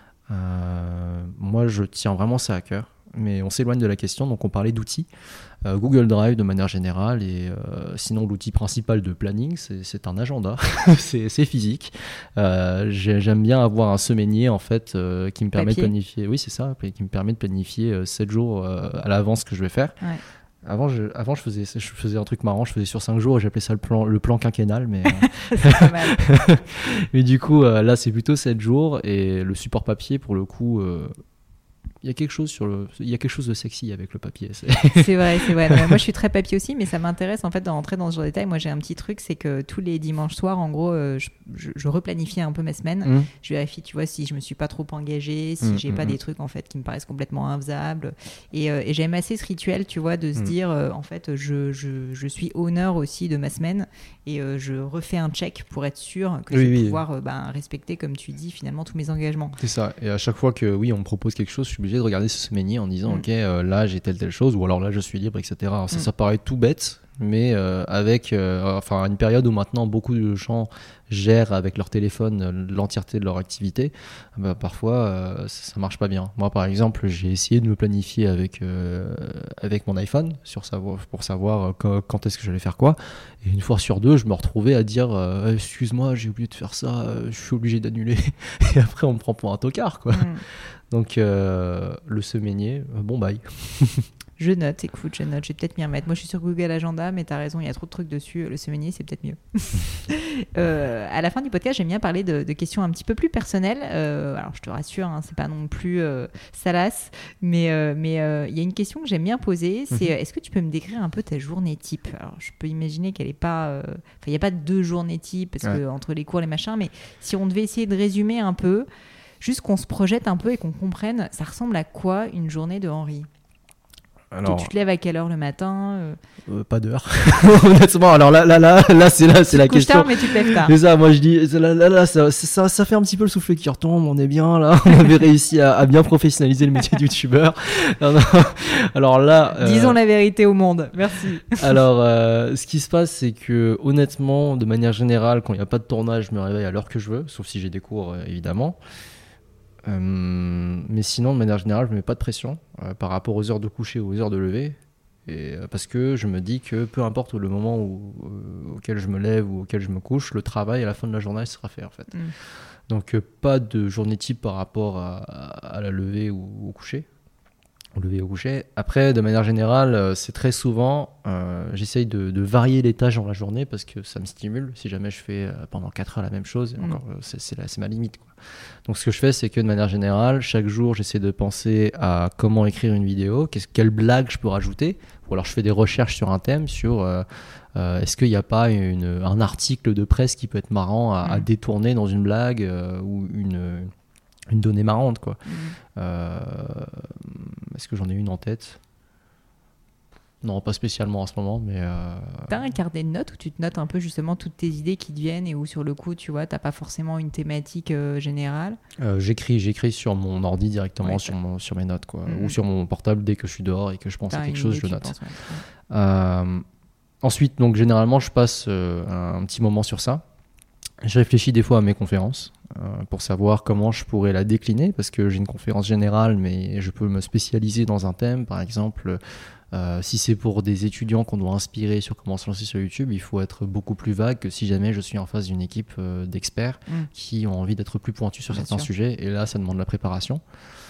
Euh, moi je tiens vraiment ça à cœur. Mais on s'éloigne de la question, donc on parlait d'outils. Euh, Google Drive de manière générale, et euh, sinon l'outil principal de planning, c'est, c'est un agenda, c'est, c'est physique. Euh, j'aime bien avoir un semainier en fait euh, qui me permet Papier. de planifier. Oui, c'est ça, qui me permet de planifier euh, sept jours euh, à l'avance ce que je vais faire. Ouais. Avant, je, avant je, faisais, je faisais un truc marrant, je faisais sur cinq jours et j'appelais ça le plan, le plan quinquennal. Mais, euh... c'est pas mal. Mais du coup, euh, là, c'est plutôt sept jours et le support papier, pour le coup. Euh, Il y a quelque chose sur le, il y a quelque chose de sexy avec le papier. C'est, c'est vrai, c'est vrai. Non, moi, je suis très papier aussi, mais ça m'intéresse en fait de rentrer dans ce genre de détails. Moi, j'ai un petit truc, c'est que tous les dimanches soirs, en gros, euh, je, je, je replanifie un peu ma semaine. Mmh. Je vérifie, tu vois, si je me suis pas trop engagée, si mmh, j'ai mmh. pas des trucs en fait qui me paraissent complètement infaisables. Et, euh, et j'aime assez ce rituel, tu vois, de se mmh. dire, euh, en fait, je, je, je suis honneur aussi de ma semaine et euh, je refais un check pour être sûr que oui, je vais oui, pouvoir oui. Euh, bah, respecter, comme tu dis, finalement tous mes engagements. C'est ça. Et à chaque fois que oui, on me propose quelque chose, je suis obligé de regarder ce semainier en disant mmh. ok euh, là j'ai telle telle chose ou alors là je suis libre, etc. Alors, ça, mmh. ça paraît tout bête, mais euh, avec euh, enfin une période où maintenant beaucoup de gens gèrent avec leur téléphone euh, l'entièreté de leur activité, bah, parfois euh, ça, ça marche pas bien. Moi par exemple j'ai essayé de me planifier avec euh, avec mon iPhone sur savoir, pour savoir quand, quand est-ce que j'allais faire quoi, et une fois sur deux je me retrouvais à dire euh, excuse-moi j'ai oublié de faire ça, euh, je suis obligé d'annuler et après on me prend pour un tocard quoi. Mmh. Donc euh, le semainier, euh, bon bye. Je note, écoute, je note, je vais peut-être m'y remettre. Moi, je suis sur Google Agenda, mais t'as raison, il y a trop de trucs dessus. Le semainier, c'est peut-être mieux. euh, à la fin du podcast, j'aime bien parler de, de questions un petit peu plus personnelles. Euh, alors, je te rassure, hein, c'est pas non plus euh, salace, mais euh, mais il euh, y a une question que j'aime bien poser, c'est mm-hmm. est-ce que tu peux me décrire un peu ta journée type ? Alors, je peux imaginer qu'elle est pas, enfin, euh, il y a pas deux journées type parce ouais. que entre les cours, les machins, mais si on devait essayer de résumer un peu, juste qu'on se projette un peu et qu'on comprenne, ça ressemble à quoi une journée de Henri ? Alors, tu te lèves à quelle heure le matin euh... euh, Pas d'heure. Honnêtement, alors là, là, là, là, c'est là, c'est tu la te couches question. tard, mais tu te lèves tard. C'est ça, moi je dis, là, là, là ça, ça, ça fait un petit peu le souffle qui retombe. On est bien là, on avait réussi à, à bien professionnaliser le métier de youtubeur. Alors là, euh... disons la vérité au monde. Merci. Alors, euh, ce qui se passe, c'est que honnêtement, de manière générale, quand il n'y a pas de tournage, je me réveille à l'heure que je veux, sauf si j'ai des cours, euh, évidemment. Euh, mais sinon, de manière générale, je ne mets pas de pression euh, par rapport aux heures de coucher ou aux heures de lever. Et, euh, parce que je me dis que peu importe le moment où, euh, auquel je me lève ou auquel je me couche, le travail à la fin de la journée sera fait en fait. Mm. Donc, euh, pas de journée type par rapport à, à la levée ou au coucher. Au lever au coucher. Après, de manière générale, euh, c'est très souvent, euh, j'essaye de, de varier les tâches dans la journée parce que ça me stimule. Si jamais je fais euh, pendant quatre heures la même chose, mmh. encore, euh, c'est, c'est, la, c'est ma limite, quoi. Donc, ce que je fais, c'est que de manière générale, chaque jour, j'essaie de penser à comment écrire une vidéo, qu'est-ce, quelle blague je peux rajouter. Ou alors, je fais des recherches sur un thème, sur euh, euh, est-ce qu'il n'y a pas une, un article de presse qui peut être marrant à, mmh. à détourner dans une blague euh, ou une... une donnée marrante, quoi. Mmh. Euh, est-ce que j'en ai une en tête ? Non, pas spécialement en ce moment, mais... Euh... T'as un carnet de notes où tu te notes un peu justement toutes tes idées qui te viennent et où sur le coup, tu vois, t'as pas forcément une thématique euh, générale ? euh, J'écris, j'écris sur mon ordi directement, ouais, sur, mon, sur mes notes, quoi. Mmh. Ou sur mon portable dès que je suis dehors et que je pense t'as à quelque chose, je note. Penses, ouais. euh, ensuite, donc, généralement, je passe euh, un petit moment sur ça. Je réfléchis des fois à mes conférences euh, pour savoir comment je pourrais la décliner parce que j'ai une conférence générale mais je peux me spécialiser dans un thème. Par exemple, euh, si c'est pour des étudiants qu'on doit inspirer sur comment se lancer sur YouTube, il faut être beaucoup plus vague que si jamais je suis en face d'une équipe euh, d'experts mmh. qui ont envie d'être plus pointus sur Bien certains sûr. sujets et là ça demande la préparation.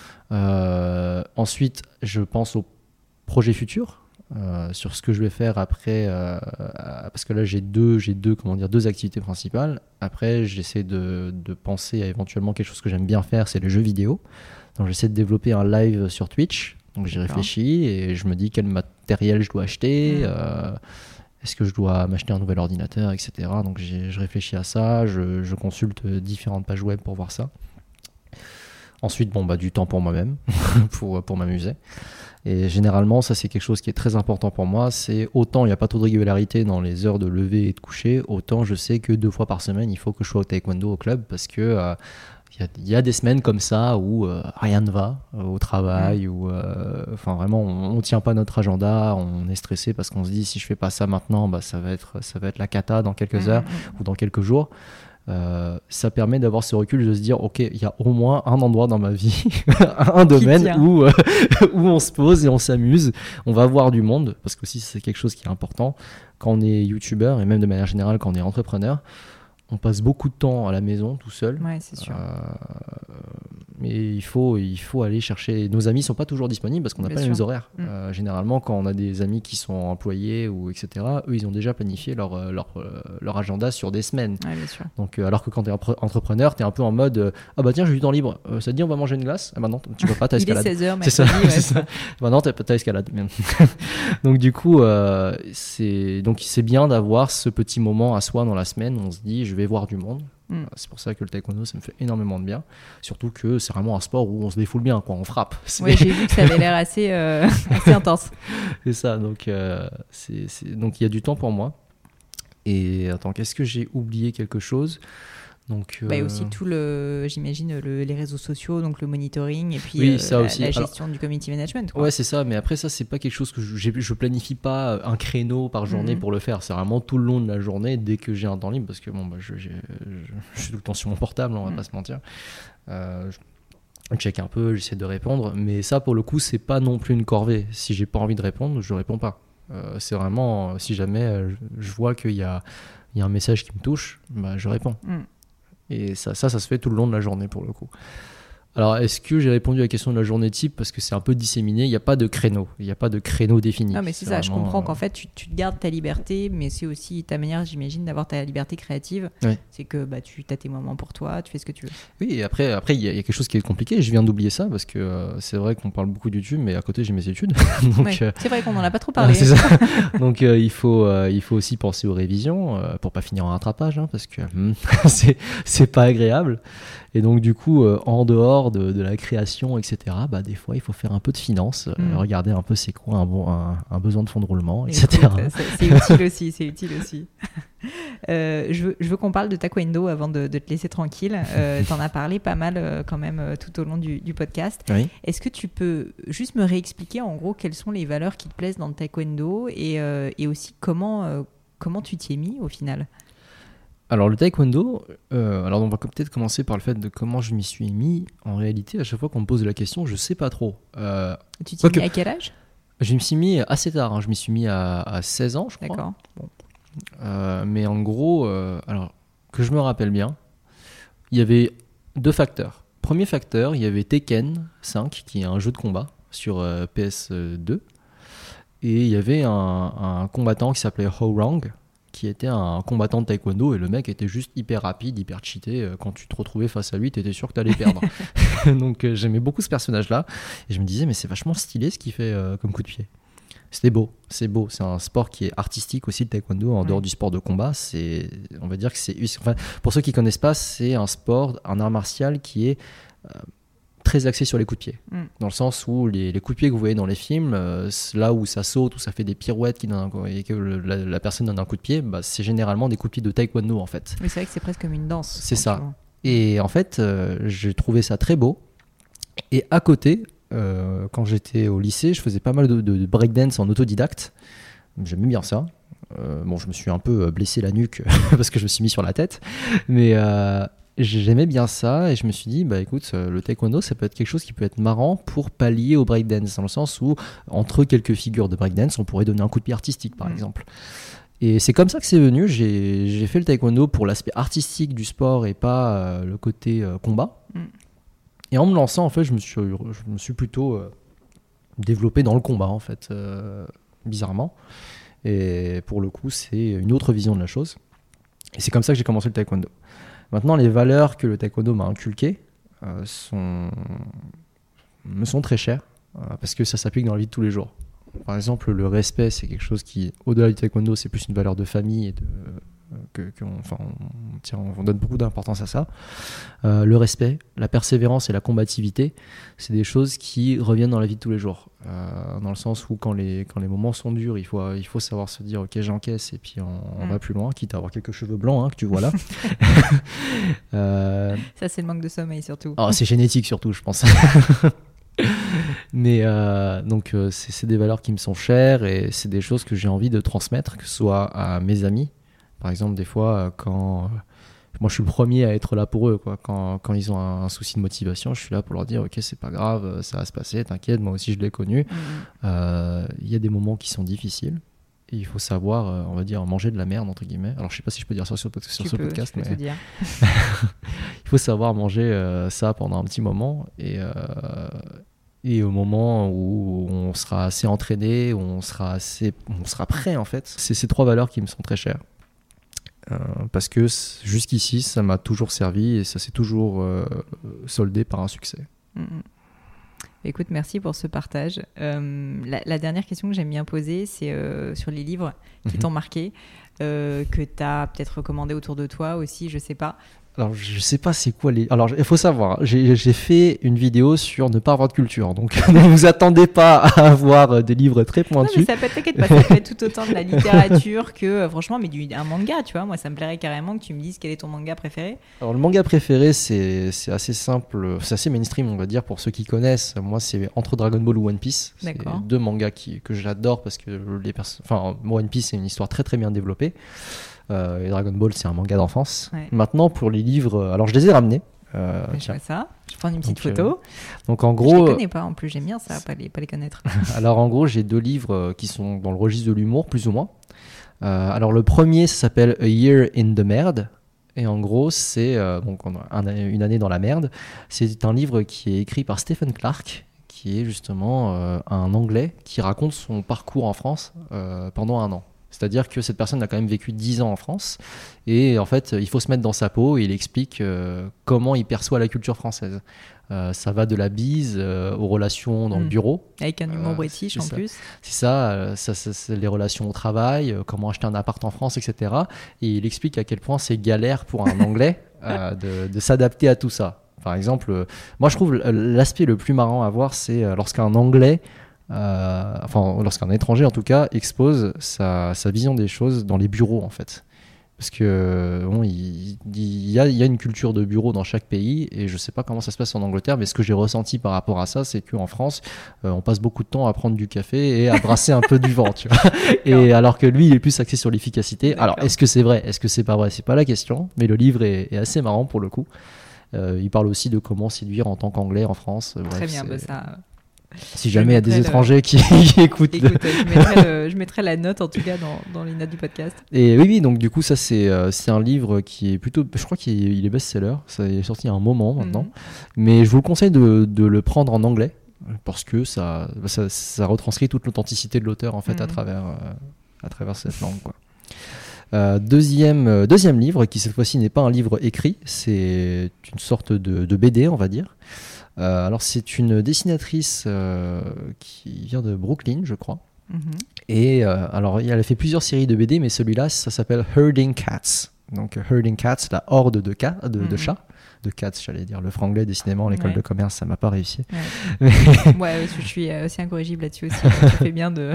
Euh, ensuite, je pense aux projets futurs. Euh, sur ce que je vais faire après euh, parce que là j'ai deux j'ai deux comment dire deux activités principales. Après j'essaie de, de penser à éventuellement quelque chose que j'aime bien faire, c'est les jeux vidéo. Donc j'essaie de développer un live sur Twitch. Donc j'y réfléchis et je me dis quel matériel je dois acheter. Mmh. Euh, est-ce que je dois m'acheter un nouvel ordinateur, et cetera. Donc j'ai, je réfléchis à ça. Je, je consulte différentes pages web pour voir ça. Ensuite bon bah du temps pour moi-même pour pour m'amuser. Et généralement, ça c'est quelque chose qui est très important pour moi. C'est autant il n'y a pas trop de régularité dans les heures de lever et de coucher, autant je sais que deux fois par semaine, il faut que je sois au taekwondo au club parce que euh, y a, y a des semaines comme ça où euh, rien ne va euh, au travail, mmh. où euh, enfin vraiment on ne tient pas notre agenda, on est stressé parce qu'on se dit si je fais pas ça maintenant, bah, ça va être ça va être la cata dans quelques mmh. heures ou dans quelques jours. Euh, ça permet d'avoir ce recul de se dire ok, il y a au moins un endroit dans ma vie un domaine où, euh, où on se pose et on s'amuse, on va voir du monde parce que aussi c'est quelque chose qui est important quand on est youtubeur et même de manière générale quand on est entrepreneur, on passe beaucoup de temps à la maison tout seul. Ouais, c'est sûr. Euh, mais il faut, il faut aller chercher. Nos amis ne sont pas toujours disponibles parce qu'on n'a pas sûr. les mêmes horaires. Mmh. Euh, généralement, quand on a des amis qui sont employés ou et cetera, eux, ils ont déjà planifié leur, leur, leur agenda sur des semaines. Ouais, bien sûr. Donc, euh, alors que quand tu es entrepreneur, tu es un peu en mode euh, ah bah tiens, j'ai du temps libre. Euh, ça te dit, on va manger une glace. Ah bah non, tu peux pas, t'as escalade. Il est seize heures, c'est ça. Ouais, c'est ça. Bah non, t'as, t'as escalade. Donc, du coup, euh, c'est, donc, c'est bien d'avoir ce petit moment à soi dans la semaine où on se dit je vais voir du monde. Mm. C'est pour ça que le taekwondo, ça me fait énormément de bien. Surtout que c'est vraiment un sport où on se défoule bien, quoi. On frappe. Oui, j'ai vu que ça avait l'air assez, euh, assez intense. C'est ça. Donc, euh, c'est, c'est... donc, il y a du temps pour moi. Et attends, qu'est-ce que j'ai oublié quelque chose ? Donc, bah, euh... aussi tout le, j'imagine le, les réseaux sociaux, donc le monitoring et puis oui, euh, ça la, aussi. la gestion Alors, du community management, quoi. Ouais, c'est ça. Mais après ça, c'est pas quelque chose que je, je planifie pas un créneau par journée mm-hmm. pour le faire. C'est vraiment tout le long de la journée dès que j'ai un temps libre parce que bon, bah, je, je, je, je suis tout le temps sur mon portable, on va mm. pas se mentir. Euh, je check un peu, j'essaie de répondre, mais ça pour le coup, c'est pas non plus une corvée. Si j'ai pas envie de répondre, je réponds pas. Euh, c'est vraiment si jamais euh, je vois qu'il y a, il y a un message qui me touche, bah, je réponds. Mm. Et ça, ça, ça se fait tout le long de la journée pour le coup. Alors, est-ce que j'ai répondu à la question de la journée type ? Parce que c'est un peu disséminé, il n'y a pas de créneau, il n'y a pas de créneau défini. Non, mais c'est, c'est ça, vraiment, je comprends euh... qu'en fait, tu, tu te gardes ta liberté, mais c'est aussi ta manière, j'imagine, d'avoir ta liberté créative. Oui. C'est que bah, tu as tes moments pour toi, tu fais ce que tu veux. Oui, et après, après il y, y a quelque chose qui est compliqué, je viens d'oublier ça, parce que euh, c'est vrai qu'on parle beaucoup de YouTube, mais à côté, j'ai mes études. Donc, ouais, euh... c'est vrai qu'on n'en a pas trop parlé. Ah, c'est ça. Donc, euh, il, faut, euh, il faut aussi penser aux révisions, euh, pour ne pas finir en rattrapage, hein, parce que hmm, c'est, c'est pas agréable. Et donc, du coup, euh, en dehors sport, de, de la création, et cetera, bah, des fois, il faut faire un peu de finance, mm. euh, regarder un peu c'est quoi un, bon, un, un besoin de fonds de roulement, et cetera. Écoute, c'est, c'est utile aussi, c'est utile aussi. Euh, je veux, je veux qu'on parle de taekwondo avant de, de te laisser tranquille. Euh, tu en as parlé pas mal euh, quand même euh, tout au long du, du podcast. Oui. Est-ce que tu peux juste me réexpliquer en gros quelles sont les valeurs qui te plaisent dans le taekwondo et, euh, et aussi comment, euh, comment tu t'y es mis au final? Alors le taekwondo, euh, alors on va peut-être commencer par le fait de comment je m'y suis mis. En réalité, à chaque fois qu'on me pose la question, je sais pas trop. Euh, tu t'y es mis à quel âge? Je m'y suis mis assez tard, hein. Je m'y suis mis à, à seize ans, je crois. D'accord. Bon. Euh, mais en gros, euh, alors que je me rappelle bien, il y avait deux facteurs. Premier facteur, il y avait Tekken cinq, qui est un jeu de combat sur euh, P S deux, et il y avait un, un combattant qui s'appelait Ho-Rang, qui était un combattant de taekwondo, et le mec était juste hyper rapide, hyper cheaté. Quand tu te retrouvais face à lui, t'étais sûr que t'allais perdre. Donc euh, j'aimais beaucoup ce personnage-là, et je me disais mais c'est vachement stylé ce qu'il fait euh, comme coup de pied. C'était beau, c'est beau. C'est un sport qui est artistique aussi, le taekwondo, en ouais. dehors du sport de combat. C'est, on va dire que c'est, enfin, pour ceux qui connaissent pas, c'est un sport, un art martial qui est euh, très axé sur les coups de pied. Mm. Dans le sens où les, les coups de pied que vous voyez dans les films, euh, là où ça saute, où ça fait des pirouettes qui donnent un, et que le, la, la personne donne un coup de pied, bah, c'est généralement des coups de pied de taekwondo en fait. Mais c'est vrai que c'est presque comme une danse. C'est ça. Et en fait, euh, j'ai trouvé ça très beau. Et à côté, Euh, quand j'étais au lycée, je faisais pas mal de, de, de breakdance en autodidacte. J'aimais bien ça. Euh, bon, je me suis un peu blessé la nuque parce que je me suis mis sur la tête, mais euh, j'aimais bien ça et je me suis dit, bah écoute, le taekwondo, ça peut être quelque chose qui peut être marrant pour pallier au breakdance, dans le sens où entre quelques figures de breakdance, on pourrait donner un coup de pied artistique, par mmh. exemple. Et c'est comme ça que c'est venu. J'ai, j'ai fait le taekwondo pour l'aspect artistique du sport et pas euh, le côté euh, combat. Mmh. Et en me lançant, en fait, je me suis, je me suis plutôt euh, développé dans le combat, en fait, euh, bizarrement. Et pour le coup, c'est une autre vision de la chose. Et c'est comme ça que j'ai commencé le taekwondo. Maintenant, les valeurs que le taekwondo m'a inculquées euh, sont, me sont très chères, euh, parce que ça s'applique dans la vie de tous les jours. Par exemple, le respect, c'est quelque chose qui, au-delà du taekwondo, c'est plus une valeur de famille et de... Que, que on, enfin, on, tiens, on donne beaucoup d'importance à ça. Euh, le respect, la persévérance et la combativité, c'est des choses qui reviennent dans la vie de tous les jours. Euh, dans le sens où quand les, quand les moments sont durs, il faut, il faut savoir se dire ok, j'encaisse et puis on, on mm. va plus loin, quitte à avoir quelques cheveux blancs hein, que tu vois là. euh... Ça, c'est le manque de sommeil surtout. Oh, c'est génétique surtout, je pense. Mais euh, donc euh, c'est, c'est des valeurs qui me sont chères et c'est des choses que j'ai envie de transmettre, que ce soit à mes amis. Par exemple, des fois, quand... Euh, moi, je suis le premier à être là pour eux, quoi. Quand, quand ils ont un, un souci de motivation, je suis là pour leur dire « Ok, c'est pas grave, ça va se passer, t'inquiète, moi aussi, je l'ai connu. Mmh. » euh, Il y a des moments qui sont difficiles. Et il faut savoir, euh, on va dire, manger de la merde, entre guillemets. Alors, je sais pas si je peux dire ça sur, sur, sur ce peux, podcast, mais... il faut savoir manger euh, ça pendant un petit moment. Et... Euh, Et au moment où on sera assez entraîné, où on sera, assez, on sera prêt, en fait, c'est ces trois valeurs qui me sont très chères. Euh, parce que jusqu'ici, ça m'a toujours servi et ça s'est toujours euh, soldé par un succès. Mmh. Écoute, merci pour ce partage. Euh, la, la dernière question que j'aime bien poser, c'est euh, sur les livres qui mmh. t'ont marqué, euh, que tu as peut-être recommandé autour de toi aussi, je sais pas. Alors, je sais pas c'est quoi les... Alors, il faut savoir, j'ai, j'ai fait une vidéo sur ne pas avoir de culture. Donc, ne vous attendez pas à avoir des livres très pointus. Non, mais ça peut être, t'inquiète pas, ça peut être tout autant de la littérature que, franchement, mais du, un manga, tu vois. Moi, ça me plairait carrément que tu me dises quel est ton manga préféré. Alors, le manga préféré, c'est, c'est assez simple, c'est assez mainstream, on va dire, pour ceux qui connaissent. Moi, c'est entre Dragon Ball ou One Piece. D'accord. C'est deux mangas qui, que j'adore parce que les personnes... Enfin, One Piece, c'est une histoire très, très bien développée. Euh, et Dragon Ball, c'est un manga d'enfance. Ouais. Maintenant, pour les livres, alors je les ai ramenés. Euh, je vois ça. Je prends une petite donc, photo. Euh, donc en gros, je les connais pas en plus. J'aime bien ça, pas les pas les connaître. Alors en gros, j'ai deux livres qui sont dans le registre de l'humour, plus ou moins. Euh, alors le premier, ça s'appelle A Year in the Merde. Et en gros, c'est euh, donc un, une année dans la merde. C'est un livre qui est écrit par Stephen Clark, qui est justement euh, un Anglais qui raconte son parcours en France euh, pendant un an. C'est-à-dire que cette personne a quand même vécu dix ans en France et en fait, il faut se mettre dans sa peau et il explique euh, comment il perçoit la culture française. Euh, ça va de la bise euh, aux relations dans mmh. le bureau. Avec un humour euh, british en ça. plus. C'est ça, euh, ça, ça c'est les relations au travail, euh, comment acheter un appart en France, et cetera. Et il explique à quel point c'est galère pour un Anglais euh, de, de s'adapter à tout ça. Par exemple, euh, moi je trouve l'aspect le plus marrant à voir, c'est euh, lorsqu'un Anglais, euh, enfin lorsqu'un étranger en tout cas, expose sa, sa vision des choses dans les bureaux en fait. Parce que bon, il, il, y a, il y a une culture de bureau dans chaque pays et je sais pas comment ça se passe en Angleterre, mais ce que j'ai ressenti par rapport à ça, c'est qu'en France, euh, on passe beaucoup de temps à prendre du café et à brasser un peu du vent, tu vois. Et alors que lui, il est plus axé sur l'efficacité. D'accord. Alors, est-ce que c'est vrai ? Est-ce que c'est pas vrai ? C'est pas la question, mais le livre est, est assez marrant pour le coup. Euh, il parle aussi de comment séduire en tant qu'anglais en France. Très Bref, bien, c'est... bah ça... Si jamais il y a des le... étrangers qui, qui écoutent. Écoute, le... je, mettrai le, je mettrai la note en tout cas dans, dans les notes du podcast. Et oui, oui, donc du coup, ça c'est, euh, c'est un livre qui est plutôt. Je crois qu'il est, il est best-seller. Ça est sorti il y a un moment maintenant. Mm-hmm. Mais je vous le conseille de, de le prendre en anglais parce que ça, ça, ça retranscrit toute l'authenticité de l'auteur en fait mm-hmm. à, travers, euh, à travers cette langue, quoi. Euh, deuxième, euh, deuxième livre qui cette fois-ci n'est pas un livre écrit, c'est une sorte de, de B D, on va dire. Euh, alors c'est une dessinatrice euh, qui vient de Brooklyn, je crois. Mm-hmm. Et euh, alors elle a fait plusieurs séries de B D, mais celui-là, ça s'appelle Herding Cats. Donc Herding Cats, la horde de, ca- de, mm-hmm. de chats. De cats, j'allais dire. Le franglais, décidément, en école ouais. de commerce, ça m'a pas réussi. Ouais, ouais je suis aussi incorrigible là-dessus aussi. Ça fait bien de...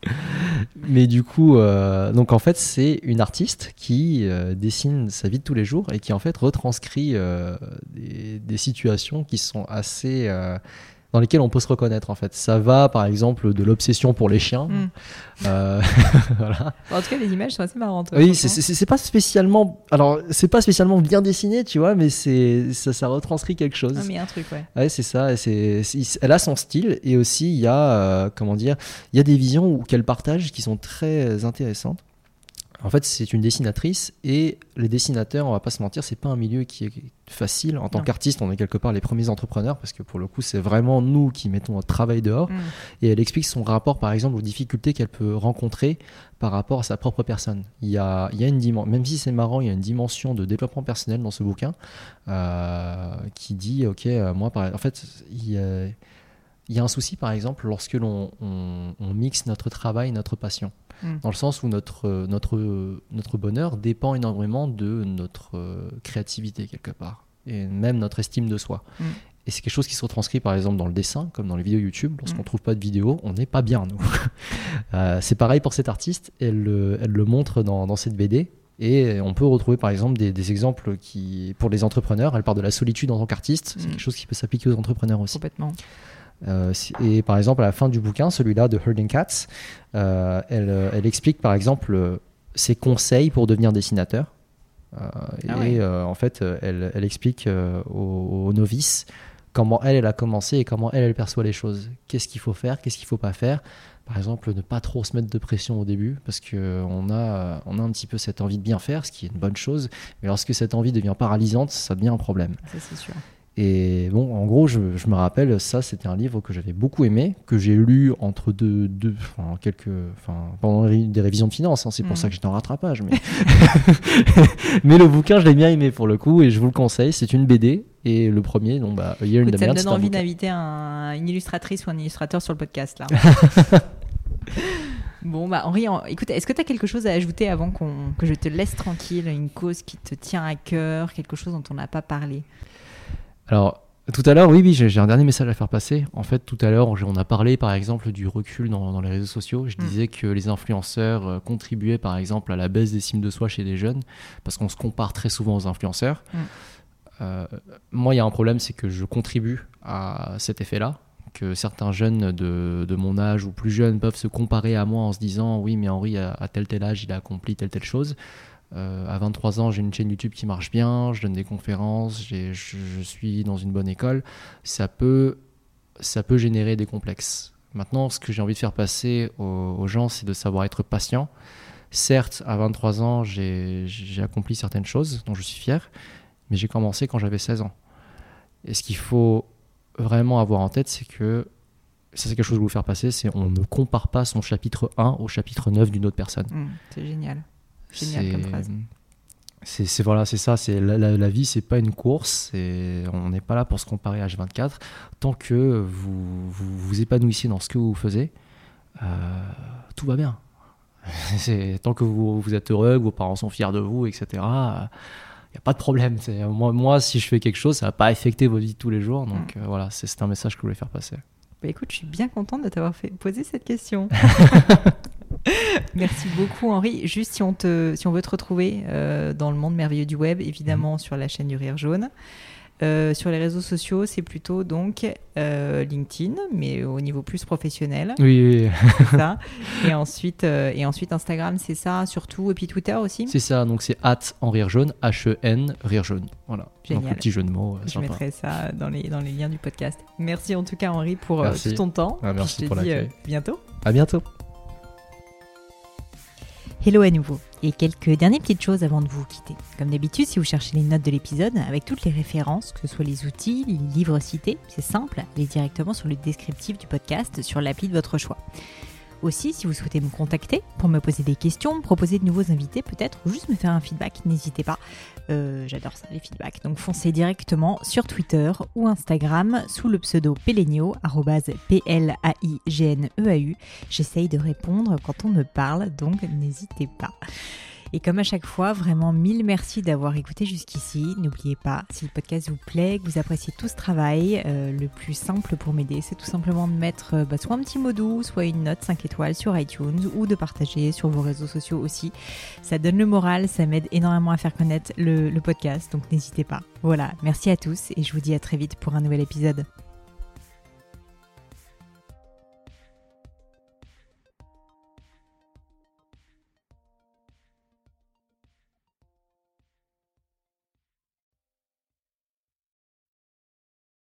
Mais du coup, euh, donc en fait, c'est une artiste qui euh, dessine sa vie de tous les jours et qui en fait retranscrit euh, des, des situations qui sont assez... Euh, dans lesquelles on peut se reconnaître en fait. Ça va par exemple de l'obsession pour les chiens. Mm. Euh, voilà. En tout cas, les images sont assez marrantes. Oui, c'est, c'est, c'est pas spécialement, alors c'est pas spécialement bien dessiné, tu vois, mais c'est ça, ça retranscrit quelque chose. Ah, mais il y a un truc, ouais. Ouais, c'est ça. C'est, c'est, elle a son style et aussi il y a euh, comment dire, il y a des visions où, qu'elle partage qui sont très intéressantes. En fait, c'est une dessinatrice et les dessinateurs, on va pas se mentir, c'est pas un milieu qui est facile. En tant non. qu'artiste, on est quelque part les premiers entrepreneurs parce que pour le coup, c'est vraiment nous qui mettons notre travail dehors. Mm. Et elle explique son rapport, par exemple, aux difficultés qu'elle peut rencontrer par rapport à sa propre personne. Il y a, il y a une dimension, même si c'est marrant, il y a une dimension de développement personnel dans ce bouquin euh, qui dit, ok, euh, moi, par... en fait, il y a, il y a un souci, par exemple, lorsque l'on on, on mixe notre travail, notre passion. Dans le sens où notre, notre, notre bonheur dépend énormément de notre créativité quelque part et même notre estime de soi. Mm. Et c'est quelque chose qui se retranscrit par exemple dans le dessin comme dans les vidéos YouTube. Lorsqu'on ne mm. trouve pas de vidéo, on n'est pas bien nous. euh, c'est pareil pour cette artiste, elle, elle le montre dans, dans cette B D et on peut retrouver par exemple des, des exemples qui, pour les entrepreneurs, elle parle de la solitude en tant qu'artiste, mm. c'est quelque chose qui peut s'appliquer aux entrepreneurs aussi. Complètement. Euh, et par exemple à la fin du bouquin, celui-là de Herding Cats, euh, elle, elle explique par exemple ses conseils pour devenir dessinateur euh, ah et ouais. euh, en fait elle, elle explique euh, aux, aux novices comment elle, elle a commencé et comment elle, elle perçoit les choses, qu'est-ce qu'il faut faire, qu'est-ce qu'il faut pas faire. Par exemple, ne pas trop se mettre de pression au début parce qu'on a, on a un petit peu cette envie de bien faire, ce qui est une bonne chose, mais lorsque cette envie devient paralysante, ça devient un problème. Ça, c'est sûr. Et bon, en gros, je, je me rappelle, ça, c'était un livre que j'avais beaucoup aimé, que j'ai lu entre deux, deux enfin, quelques, enfin, pendant des révisions de finances. Hein, c'est pour mmh. ça que j'étais en rattrapage. Mais... mais le bouquin, je l'ai bien aimé pour le coup, et je vous le conseille. C'est une B D, et le premier, donc, bah, A Year in the Ça Merde, me donne envie bouquin. d'inviter un, une illustratrice ou un illustrateur sur le podcast, là. Bon, bah Henri, en... écoute, est-ce que tu as quelque chose à ajouter avant qu'on... que je te laisse tranquille, une cause qui te tient à cœur, quelque chose dont on n'a pas parlé? Alors, tout à l'heure, oui, oui, j'ai, j'ai un dernier message à faire passer. En fait, tout à l'heure, on a parlé, par exemple, du recul dans, dans les réseaux sociaux. Je mmh. disais que les influenceurs euh, contribuaient, par exemple, à la baisse d'estime de soi chez les jeunes, parce qu'on se compare très souvent aux influenceurs. Mmh. Euh, moi, il y a un problème, c'est que je contribue à cet effet-là, que certains jeunes de, de mon âge ou plus jeunes peuvent se comparer à moi en se disant « Oui, mais Henri, à, à tel tel âge, il a accompli telle telle chose ». Euh, à vingt-trois ans, j'ai une chaîne YouTube qui marche bien, je donne des conférences, j'ai, je, je suis dans une bonne école. Ça peut, ça peut générer des complexes. Maintenant, ce que j'ai envie de faire passer aux, aux gens, c'est de savoir être patient. Certes, à vingt-trois ans, j'ai, j'ai accompli certaines choses dont je suis fier, mais j'ai commencé quand j'avais seize ans. Et ce qu'il faut vraiment avoir en tête, c'est que, ça c'est quelque chose que je veux vous faire passer, c'est on ne compare pas son chapitre un au chapitre neuf d'une autre personne. Mmh, c'est génial. Génial c'est, comme phrase. C'est, c'est, voilà, c'est ça. C'est, la, la, la vie, c'est pas une course. C'est, on n'est pas là pour se comparer à H vingt-quatre. Tant que vous vous, vous épanouissez dans ce que vous faites, euh, tout va bien. C'est, tant que vous, vous êtes heureux, que vos parents sont fiers de vous, et cetera, n'y a pas de problème. C'est, moi, moi, si je fais quelque chose, ça va pas affecter votre vie de tous les jours. Donc, mmh. euh, voilà, c'est, c'est un message que je voulais faire passer. Bah, écoute, je suis bien contente de t'avoir fait poser cette question. Merci beaucoup, Henri. Juste si on, te, si on veut te retrouver euh, dans le monde merveilleux du web, évidemment mmh. sur la chaîne du Rire Jaune. Euh, sur les réseaux sociaux, c'est plutôt donc euh, LinkedIn, mais au niveau plus professionnel. Oui, oui. C'est ça. Et ensuite, euh, et ensuite Instagram, c'est ça surtout. Et puis Twitter aussi. C'est ça. Donc c'est at en rire jaune, H E N rire jaune. Voilà. Génial. Donc le petit jeu de mots. Je sympa. mettrai ça dans les dans les liens du podcast. Merci en tout cas, Henri, pour euh, tout ton temps. Ah, merci je te pour dis l'accueil. euh, bientôt. À bientôt. Hello à nouveau, et quelques dernières petites choses avant de vous quitter. Comme d'habitude, si vous cherchez les notes de l'épisode, avec toutes les références, que ce soit les outils, les livres cités, c'est simple, allez directement sur le descriptif du podcast sur l'appli de votre choix. Aussi, si vous souhaitez me contacter pour me poser des questions, me proposer de nouveaux invités peut-être, ou juste me faire un feedback, n'hésitez pas. Euh, j'adore ça, les feedbacks. Donc foncez directement sur Twitter ou Instagram sous le pseudo Pelegneau, arrobase P L A I G N E A U. J'essaye de répondre quand on me parle, donc n'hésitez pas. Et comme à chaque fois, vraiment mille merci d'avoir écouté jusqu'ici. N'oubliez pas, si le podcast vous plaît, que vous appréciez tout ce travail, euh, le plus simple pour m'aider, c'est tout simplement de mettre euh, bah, soit un petit mot doux, soit une note cinq étoiles sur iTunes ou de partager sur vos réseaux sociaux aussi. Ça donne le moral, ça m'aide énormément à faire connaître le, le podcast, donc n'hésitez pas. Voilà, merci à tous et je vous dis à très vite pour un nouvel épisode.